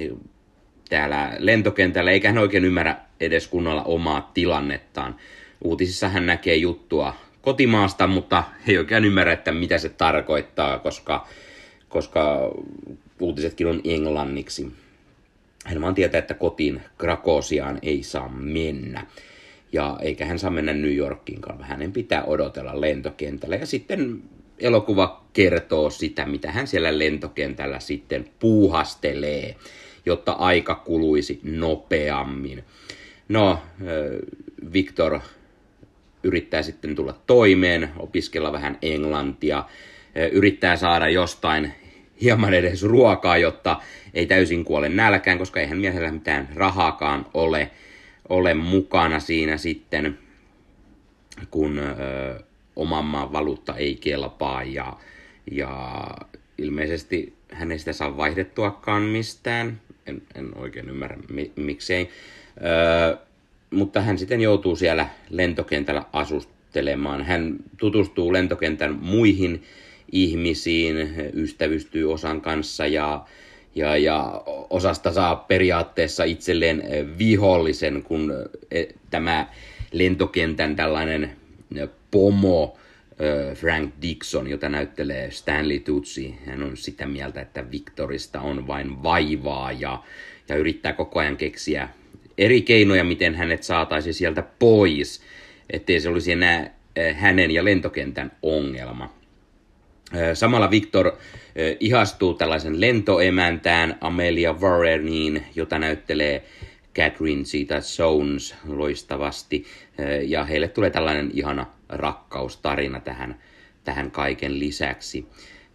täällä lentokentällä, eikä hän oikein ymmärrä edes kunnolla omaa tilannettaan. Uutisissa hän näkee juttua kotimaasta, mutta ei oikein ymmärrä, että mitä se tarkoittaa, koska, koska uutisetkin on englanniksi. Hän vaan tietää, että kotiin Krakosiaan ei saa mennä. Ja eikä hän saa mennä New Yorkiinkaan, hänen pitää odotella lentokentällä. Ja sitten elokuva kertoo sitä, mitä hän siellä lentokentällä sitten puuhastelee, jotta aika kuluisi nopeammin. No, Victor yrittää sitten tulla toimeen, opiskella vähän englantia, yrittää saada jostain hieman edes ruokaa, jotta ei täysin kuole nälkään, koska eihän miehellä mitään rahaakaan ole, ole mukana siinä sitten, kun ö, oman maan valuutta ei kelpaa ja, ja ilmeisesti hän ei sitä saa vaihdettuakaan mistään. En, en oikein ymmärrä mi, miksei. Ö, mutta hän sitten joutuu siellä lentokentällä asustelemaan. Hän tutustuu lentokentän muihin ihmisiin, ystävystyy osan kanssa ja, ja, ja osasta saa periaatteessa itselleen vihollisen, kun tämä lentokentän tällainen pomo Frank Dixon, jota näyttelee Stanley Tucci, hän on sitä mieltä, että Victorista on vain vaivaa ja, ja yrittää koko ajan keksiä eri keinoja, miten hänet saataisiin sieltä pois, ettei se olisi enää hänen ja lentokentän ongelma. Samalla Victor ihastuu tällaisen lentoemäntään Amelia Varneriin, jota näyttelee Catherine Zeta-Jones loistavasti. Ja heille tulee tällainen ihana rakkaustarina tähän, tähän kaiken lisäksi.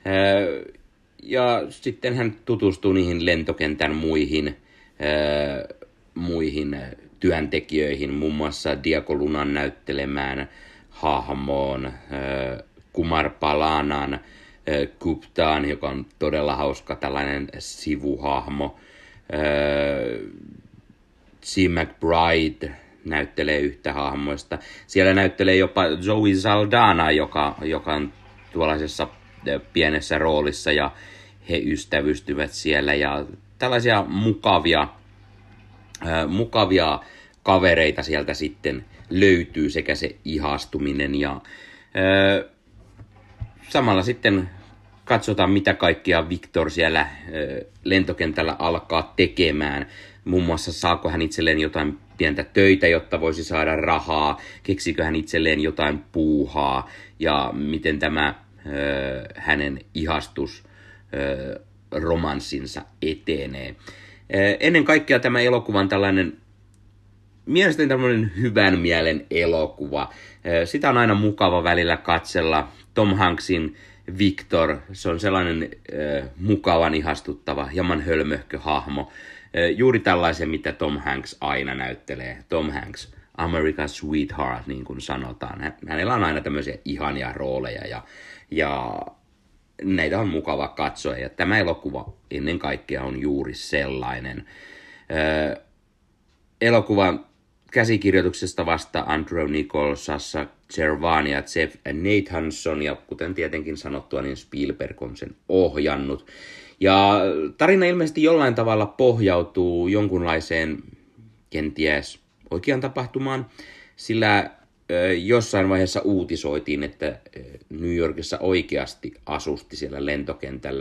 Ja sitten hän tutustuu niihin lentokentän muihin, muihin työntekijöihin, muun muassa Diego Lunan näyttelemään hahmoon, Kumar Palanan Guptaan, joka on todella hauska tällainen sivuhahmo. G. McBride näyttelee yhtä hahmoista. Siellä näyttelee jopa Zoe Saldana, joka, joka on tuollaisessa pienessä roolissa ja he ystävystyvät siellä. Ja tällaisia mukavia, mukavia kavereita sieltä sitten löytyy sekä se ihastuminen ja samalla sitten katsotaan, mitä kaikkia Victor siellä lentokentällä alkaa tekemään. Muun muassa saako hän itselleen jotain pientä töitä, jotta voisi saada rahaa, keksikö hän itselleen jotain puuhaa ja miten tämä hänen ihastus romanssinsa etenee. Ennen kaikkea tämä elokuva on tällainen, mielestäni tämmöinen hyvän mielen elokuva. Sitä on aina mukava välillä katsella. Tom Hanksin Victor, se on sellainen äh, mukavan ihastuttava, hieman hölmöhkö hahmo. Äh, juuri tällaisen, mitä Tom Hanks aina näyttelee. Tom Hanks, America's Sweetheart, niin kuin sanotaan. Hänellä on aina tämmöisiä ihania rooleja ja, ja näitä on mukava katsoa. Ja tämä elokuva ennen kaikkea on juuri sellainen. Äh, elokuvan käsikirjoituksesta vasta Andrew Niccol, Sasha Cervani ja Jeff Nathanson, ja kuten tietenkin sanottua, niin Spielberg on sen ohjannut. Ja tarina ilmeisesti jollain tavalla pohjautuu jonkunlaiseen, kenties oikean tapahtumaan, sillä jossain vaiheessa uutisoitiin, että New Yorkissa oikeasti asusti siellä lentokentällä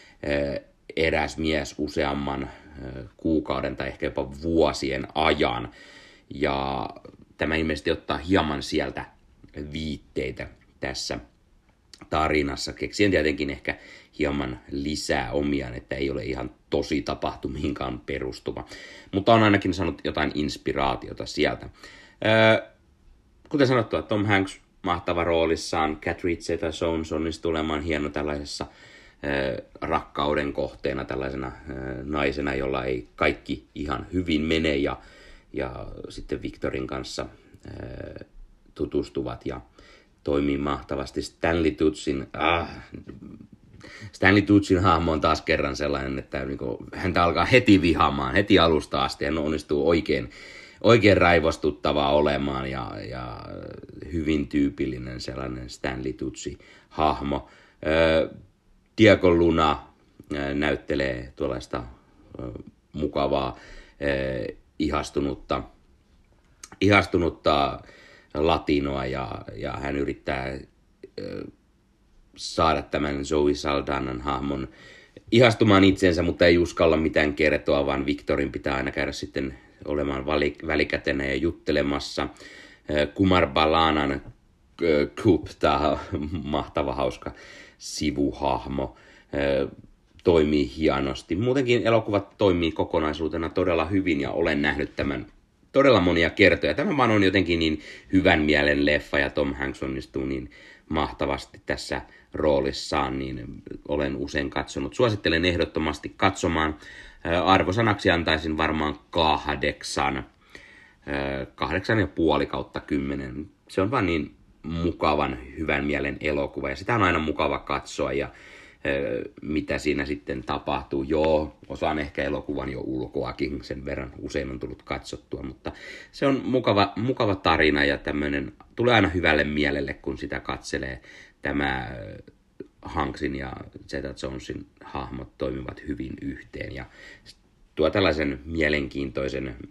eräs mies useamman kuukauden tai ehkä jopa vuosien ajan. Ja tämä ilmeisesti ottaa hieman sieltä viitteitä tässä tarinassa. Keksien tietenkin ehkä hieman lisää omiaan, että ei ole ihan tosi tapahtumiinkaan perustuva. Mutta on ainakin saanut jotain inspiraatiota sieltä. Öö, kuten sanottua, Tom Hanks mahtava roolissaan. Catherine Zeta-Jones onnistuu olemaan hieno tällaisessa öö, rakkauden kohteena, tällaisena öö, naisena, jolla ei kaikki ihan hyvin mene ja Ja sitten Victorin kanssa ää, tutustuvat ja toimii mahtavasti. Stanley Tuccin, ah, Stanley Tuchin hahmo on taas kerran sellainen, että niinku, häntä alkaa heti vihaamaan, heti alusta asti. Hän onnistuu oikein, oikein raivostuttavaa olemaan ja, ja hyvin tyypillinen sellainen Stanley Tucci-hahmo. Diego Luna näyttelee tuollaista mukavaa, ihastunutta, ihastunutta latinoa ja, ja hän yrittää saada tämän Zoe Saldanan hahmon ihastumaan itsensä, mutta ei uskalla mitään kertoa, vaan Victorin pitää aina käydä sitten olemaan välikätenä ja juttelemassa. Kumar Balanan Gupta, mahtava hauska sivuhahmo, toimii hienosti. Muutenkin elokuvat toimii kokonaisuutena todella hyvin ja olen nähnyt tämän todella monia kertoja. Tämä vaan on jotenkin niin hyvän mielen leffa ja Tom Hanks onnistuu niin mahtavasti tässä roolissaan, niin olen usein katsonut. Suosittelen ehdottomasti katsomaan. Arvosanaksi antaisin varmaan kahdeksan. Kahdeksan ja puoli kautta kymmenen. Se on vaan niin mukavan hyvän mielen elokuva ja sitä on aina mukava katsoa ja mitä siinä sitten tapahtuu. Joo, osaan ehkä elokuvan jo ulkoakin, sen verran usein on tullut katsottua, mutta se on mukava, mukava tarina ja tämmöinen, tulee aina hyvälle mielelle, kun sitä katselee. Tämä Hanksin ja Zeta Jonesin hahmot toimivat hyvin yhteen ja tuo tällaisen mielenkiintoisen äh,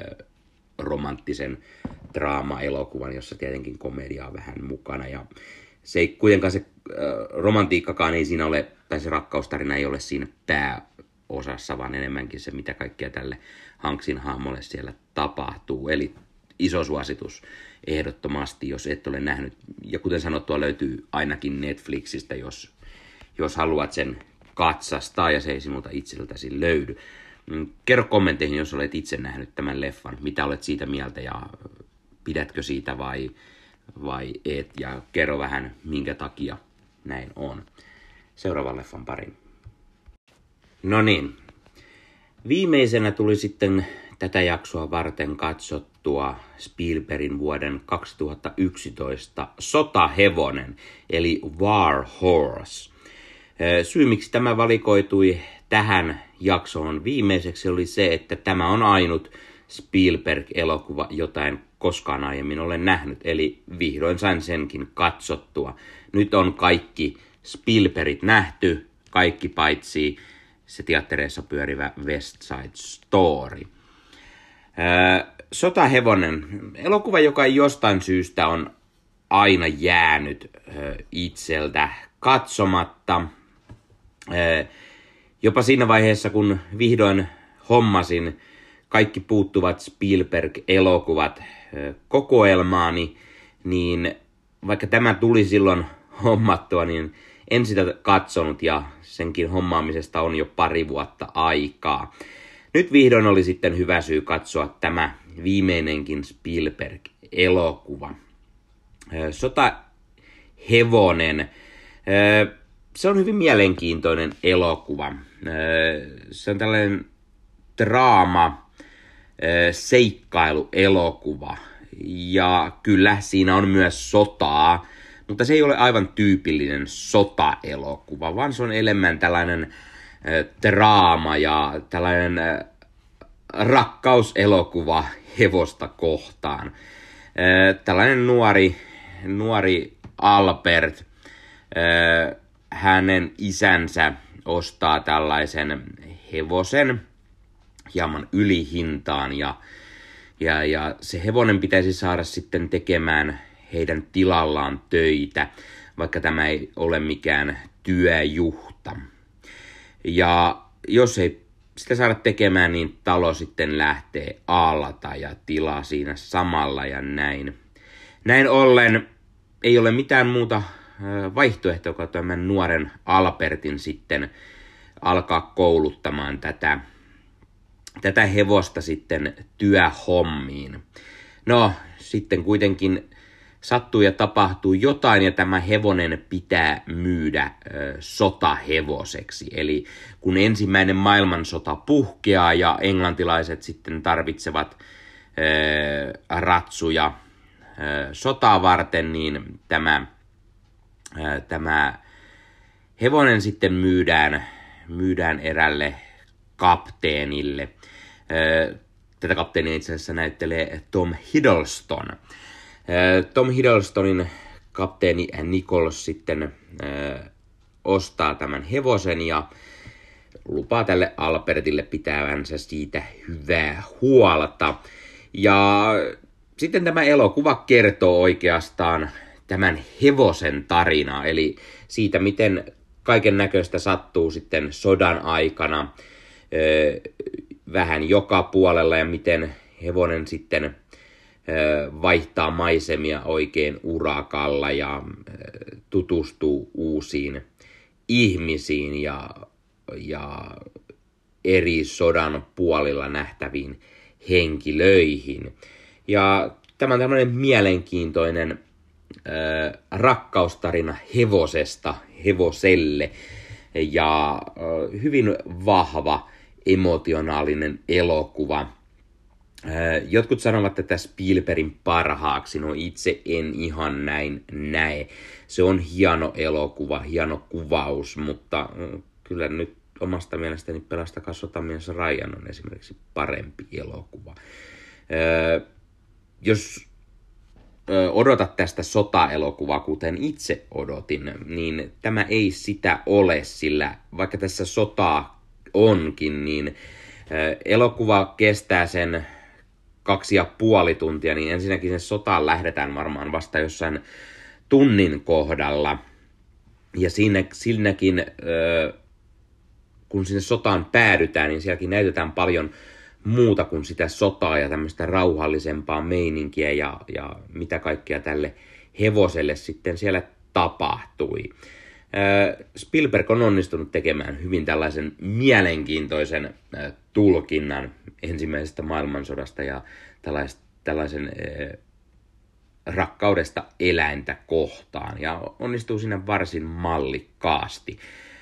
romanttisen draama-elokuvan, jossa tietenkin komedia on vähän mukana ja se ei kuitenkaan se äh, romantiikkakaan ei siinä ole, tai se rakkaustarina ei ole siinä pääosassa, vaan enemmänkin se, mitä kaikkea tälle Hanksin hahmolle siellä tapahtuu. Eli iso suositus ehdottomasti, jos et ole nähnyt. Ja kuten sanottua, löytyy ainakin Netflixistä, jos, jos haluat sen katsastaa ja se ei sinulta itseltäsi löydy. Kerro kommentteihin, jos olet itse nähnyt tämän leffan, mitä olet siitä mieltä ja pidätkö siitä vai vai et, ja kerro vähän, minkä takia näin on. Seuraavan leffan pariin. No niin, viimeisenä tuli sitten tätä jaksoa varten katsottua Spielbergin vuoden kaksituhattayksitoista Sotahevonen, eli War Horse. Syy, miksi tämä valikoitui tähän jaksoon viimeiseksi, oli se, että tämä on ainut Spielberg-elokuva, jota en koskaan aiemmin olen nähnyt, eli vihdoin sain senkin katsottua. Nyt on kaikki Spielbergit nähty, kaikki paitsi se teattereissa pyörivä West Side Story. Sotahevonen, elokuva, joka jostain syystä on aina jäänyt itseltä katsomatta. Jopa siinä vaiheessa, kun vihdoin hommasin kaikki puuttuvat Spielberg-elokuvat kokoelmaani, niin vaikka tämä tuli silloin hommattua, niin en sitä katsonut ja senkin hommaamisesta on jo pari vuotta aikaa. Nyt vihdoin oli sitten hyvä syy katsoa tämä viimeinenkin Spielberg-elokuva. Sotahevonen. Se on hyvin mielenkiintoinen elokuva. Se on tällainen draama, seikkailuelokuva. Ja kyllä siinä on myös sotaa, mutta se ei ole aivan tyypillinen sotaelokuva, vaan se on enemmän tällainen draama ja tällainen rakkauselokuva hevosta kohtaan. Tällainen nuori, nuori Albert, hänen isänsä ostaa tällaisen hevosen hieman ylihintaan ja, ja, ja se hevonen pitäisi saada sitten tekemään heidän tilallaan töitä, vaikka tämä ei ole mikään työjuhta. Ja jos ei sitä saada tekemään, niin talo sitten lähtee alta ja tila siinä samalla ja näin. Näin ollen ei ole mitään muuta vaihtoehtoa, kun tämän nuoren Albertin sitten alkaa kouluttamaan tätä, tätä hevosta sitten työhommiin. No, sitten kuitenkin sattuu ja tapahtuu jotain ja tämä hevonen pitää myydä ö, sotahevoseksi. Eli kun ensimmäinen maailmansota puhkeaa ja englantilaiset sitten tarvitsevat ö, ratsuja ö, sotaa varten, niin tämä, ö, tämä hevonen sitten myydään, myydään erälle kapteenille. Tätä kapteenia itse asiassa näyttelee Tom Hiddleston. Tom Hiddlestonin kapteeni Nichols sitten ostaa tämän hevosen ja lupaa tälle Albertille pitävänsä siitä hyvää huolta. Ja sitten tämä elokuva kertoo oikeastaan tämän hevosen tarinaa, eli siitä, miten kaiken näköistä sattuu sitten sodan aikana vähän joka puolella ja miten hevonen sitten vaihtaa maisemia oikein urakalla ja tutustuu uusiin ihmisiin ja, ja eri sodan puolilla nähtäviin henkilöihin. Ja tämä on tämmöinen mielenkiintoinen äh, rakkaustarina hevosesta hevoselle ja äh, hyvin vahva emotionaalinen elokuva. Äh, jotkut sanovat tätä Spielbergin parhaaksi, no itse en ihan näin näe. Se on hieno elokuva, hieno kuvaus, mutta äh, kyllä nyt omasta mielestäni Pelastakaa sotamies Ryan on esimerkiksi parempi elokuva. Öö, jos ö, odotat tästä sota-elokuvaa, kuten itse odotin, niin tämä ei sitä ole, sillä vaikka tässä sotaa onkin, niin ö, elokuva kestää sen kaksi ja puoli tuntia, niin ensinnäkin sen sotaan lähdetään varmaan vasta jossain tunnin kohdalla. Ja siinä, siinäkin, ö, kun sinne sotaan päädytään, niin sielläkin näytetään paljon muuta kuin sitä sotaa ja tämmöistä rauhallisempaa meininkiä ja, ja mitä kaikkea tälle hevoselle sitten siellä tapahtui. Spielberg on onnistunut tekemään hyvin tällaisen mielenkiintoisen tulkinnan ensimmäisestä maailmansodasta ja tällaisen rakkaudesta eläintä kohtaan ja onnistuu siinä varsin mallikkaasti.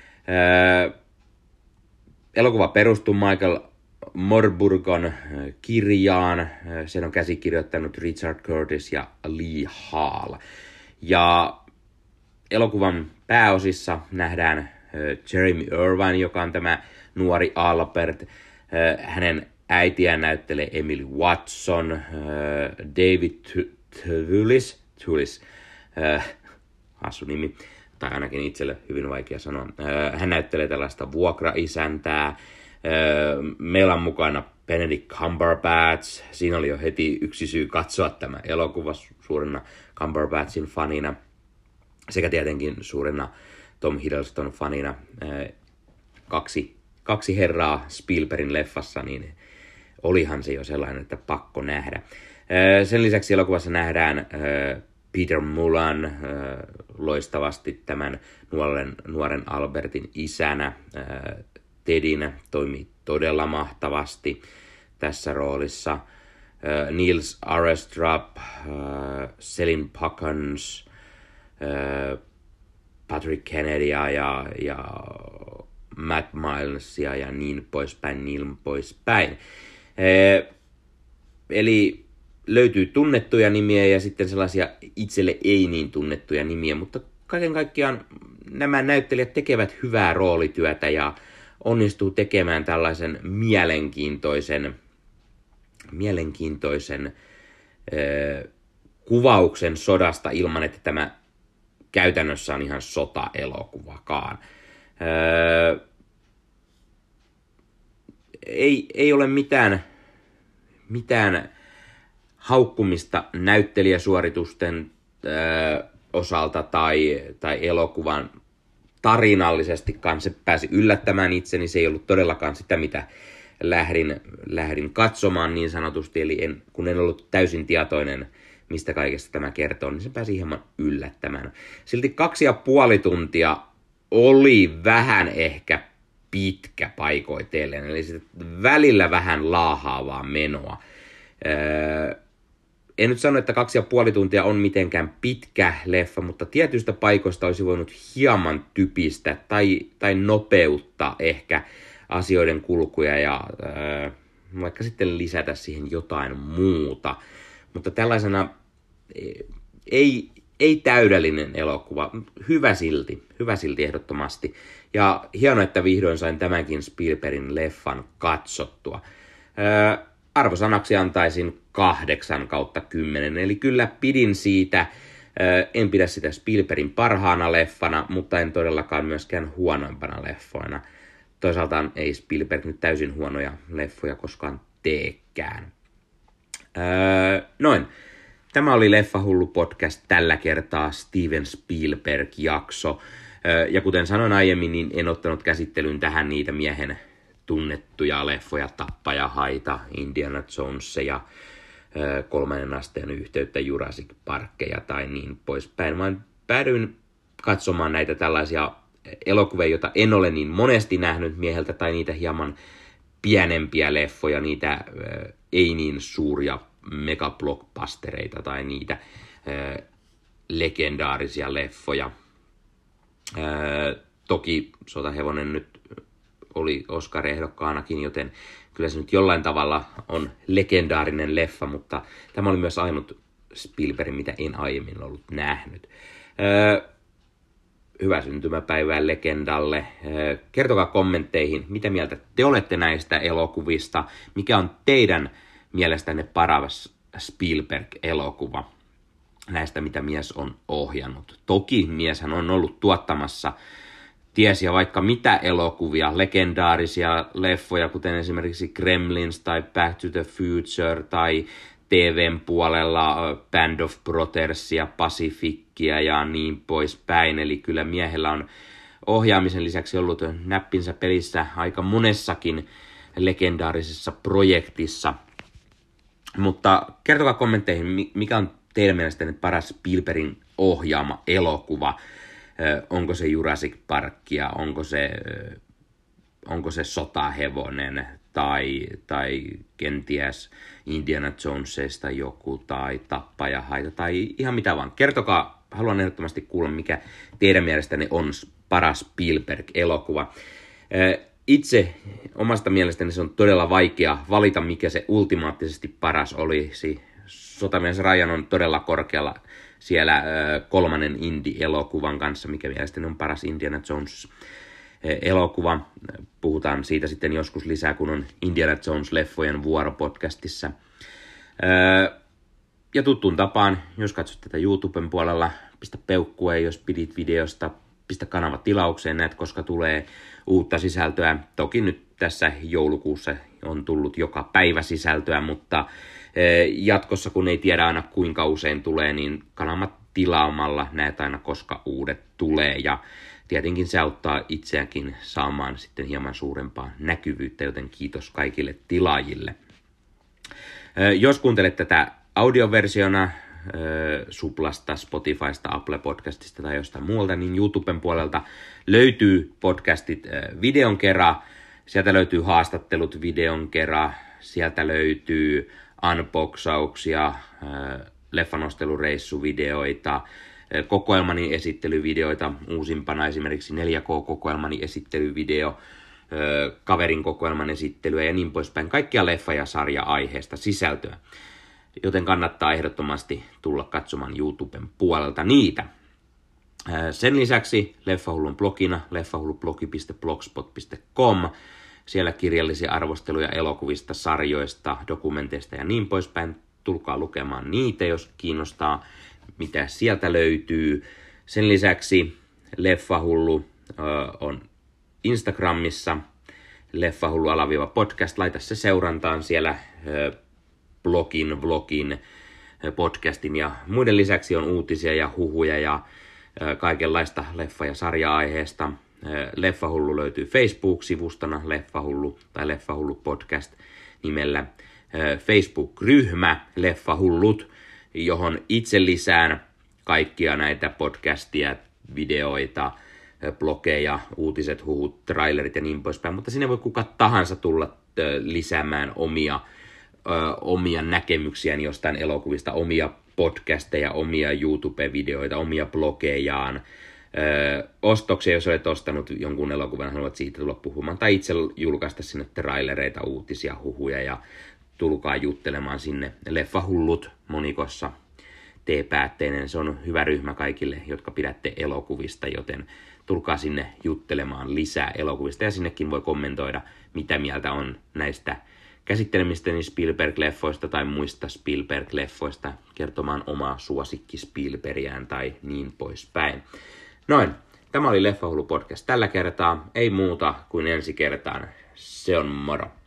Elokuva perustuu Michael Morburgon kirjaan. Sen on käsikirjoittanut Richard Curtis ja Lee Hall. Ja elokuvan pääosissa nähdään Jeremy Irvine, joka on tämä nuori Albert. Hänen äitiään näyttelee Emily Watson. David Thewlis, Thewlis, hassu nimi, tai ainakin itselle hyvin vaikea sanoa. Hän näyttelee tällaista vuokraisäntää. Meillä on mukana Benedict Cumberbatch. Siinä oli jo heti yksi syy katsoa tämä elokuva suurena Cumberbatchin fanina. Sekä tietenkin suurena Tom Hiddleston fanina. Kaksi, kaksi herraa Spielbergin leffassa, niin olihan se jo sellainen, että pakko nähdä. Sen lisäksi elokuvassa nähdään Peter Mullan loistavasti tämän nuoren, nuoren Albertin isänä. Tedinä toimii todella mahtavasti tässä roolissa. Niels Arestrup, Celine Puckens, Patrick Kennedya ja, ja Matt Milesia ja niin poispäin, niin poispäin. Eli löytyy tunnettuja nimiä ja sitten sellaisia itselle ei niin tunnettuja nimiä, mutta kaiken kaikkiaan nämä näyttelijät tekevät hyvää roolityötä ja onnistuu tekemään tällaisen mielenkiintoisen, mielenkiintoisen ö, kuvauksen sodasta ilman, että tämä käytännössä on ihan sota-elokuvakaan. Ö, ei, ei ole mitään, mitään haukkumista näyttelijäsuoritusten ö, osalta tai, tai elokuvan tarinallisestikaan. Se pääsi yllättämään itseni, se ei ollut todellakaan sitä, mitä lähdin, lähdin katsomaan niin sanotusti, eli en, kun en ollut täysin tietoinen, mistä kaikesta tämä kertoo, niin se pääsi hieman yllättämään. Silti kaksi ja puoli tuntia oli vähän ehkä pitkä paikoitellen, eli välillä vähän laahaavaa menoa. Öö, En nyt sano, että kaksi ja puoli tuntia on mitenkään pitkä leffa, mutta tietyistä paikoista olisi voinut hieman typistä tai, tai nopeuttaa ehkä asioiden kulkuja ja äh, vaikka sitten lisätä siihen jotain muuta. Mutta tällaisena ei, ei täydellinen elokuva, hyvä silti, hyvä silti ehdottomasti. Ja hienoa, että vihdoin sain tämänkin Spielbergin leffan katsottua. Öö, arvosanaksi antaisin kahdeksan kautta kymmenen, eli kyllä pidin siitä. Öö, en pidä sitä Spielbergin parhaana leffana, mutta en todellakaan myöskään huonompana leffoina. Toisaalta ei Spielberg nyt täysin huonoja leffoja koskaan teekään. Öö, noin. Tämä oli Leffahullu podcast tällä kertaa, Steven Spielberg-jakso. Ja kuten sanoin aiemmin, niin en ottanut käsittelyyn tähän niitä miehen tunnettuja leffoja, Tappaja, Haita, Indiana Jonesia, Kolmannen asteen yhteyttä, Jurassic Parkkeja tai niin poispäin, vaan päädyin katsomaan näitä tällaisia elokuvia, joita en ole niin monesti nähnyt mieheltä, tai niitä hieman pienempiä leffoja, niitä ei niin suuria megablockbustereita tai niitä ö, legendaarisia leffoja. Ö, toki Sotahevonen nyt oli Oscar-ehdokkaanakin, joten kyllä se nyt jollain tavalla on legendaarinen leffa, mutta tämä oli myös ainut Spielberg, mitä en aiemmin ollut nähnyt. Ö, hyvää syntymäpäivää legendalle. Ö, kertokaa kommentteihin, mitä mieltä te olette näistä elokuvista, mikä on teidän mielestänne paras Spielberg-elokuva näistä, mitä mies on ohjannut. Toki mieshän on ollut tuottamassa tiesiä vaikka mitä elokuvia, legendaarisia leffoja, kuten esimerkiksi Gremlins tai Back to the Future tai T V:n puolella Band of Brothersia, Pacificia ja niin poispäin. Eli kyllä miehellä on ohjaamisen lisäksi ollut näppinsä pelissä aika monessakin legendaarisessa projektissa. Mutta kertokaa kommentteihin, mikä on teidän mielestänne paras Spielbergin ohjaama elokuva. Onko se Jurassic Parkia, onko se, onko se Sotahevonen tai, tai kenties Indiana Jonesista joku tai Tappaja, Haita tai ihan mitä vaan. Kertokaa, haluan ehdottomasti kuulla, mikä teidän mielestänne on paras Spielberg-elokuva. Itse omasta mielestäni se on todella vaikea valita, mikä se ultimaattisesti paras olisi. Sotamies Ryan on todella korkealla siellä kolmannen indie-elokuvan kanssa, mikä mielestäni on paras Indiana Jones-elokuva. Puhutaan siitä sitten joskus lisää, kun on Indiana Jones-leffojen vuoro podcastissa. Ja tuttuun tapaan, jos katsot tätä YouTuben puolella, pistä peukkua, jos pidit videosta, pistä kanava tilaukseen, näet, koska tulee uutta sisältöä. Toki nyt tässä joulukuussa on tullut joka päivä sisältöä, mutta jatkossa, kun ei tiedä aina kuinka usein tulee, niin kanavat tilaamalla näet aina, koska uudet tulee. Ja tietenkin se auttaa itseäkin saamaan sitten hieman suurempaa näkyvyyttä, joten kiitos kaikille tilaajille. Jos kuuntelet tätä audioversiona Suplasta, Spotifysta, Apple Podcastista tai jostain muualta, niin YouTuben puolelta löytyy podcastit videon kerran. Sieltä löytyy haastattelut videon kerran. Sieltä löytyy unboxauksia, leffanostelureissuvideoita, kokoelmani esittelyvideoita, uusimpana esimerkiksi neljä K-kokoelmani esittelyvideo, kaverin kokoelman esittelyä ja niin poispäin. Kaikkia leffa- ja sarja-aiheesta sisältöä, joten kannattaa ehdottomasti tulla katsomaan YouTuben puolelta niitä. Sen lisäksi Leffahullun blogina leffahullublogi piste blogspot piste com. Siellä kirjallisia arvosteluja elokuvista, sarjoista, dokumenteista ja niin poispäin. Tulkaa lukemaan niitä, jos kiinnostaa, mitä sieltä löytyy. Sen lisäksi Leffahullu ö, on Instagramissa, Leffahullu alaviiva podcast. Laita se seurantaan siellä ö, blogin, vlogin, podcastin ja muiden lisäksi on uutisia ja huhuja ja ö, kaikenlaista leffa- ja sarja-aiheesta. Leffahullu löytyy Facebook-sivustona Leffahullu tai Leffahullu podcast nimellä. Facebook-ryhmä Leffahullut, johon itse lisään kaikkia näitä podcastia, videoita, blogeja, uutiset, huhut, trailerit ja niin poispäin. Mutta sinne voi kuka tahansa tulla lisäämään omia, omia näkemyksiään jostain elokuvista, omia podcasteja, omia YouTube-videoita, omia blogejaan. Ö, ostoksia, jos olet ostanut jonkun elokuvan, haluat siitä tulla puhumaan, tai itse julkaista sinne trailereita, uutisia, huhuja, ja tulkaa juttelemaan sinne Leffahullut monikossa T-päätteinen. Se on hyvä ryhmä kaikille, jotka pidätte elokuvista, joten tulkaa sinne juttelemaan lisää elokuvista. Ja sinnekin voi kommentoida, mitä mieltä on näistä käsittelemistäni Spielberg-leffoista tai muista Spielberg-leffoista, kertomaan omaa suosikki Spielbergiään tai niin poispäin. Noin, tämä oli Leffahullu podcast tällä kertaa. Ei muuta kuin ensi kertaan. Se on moro.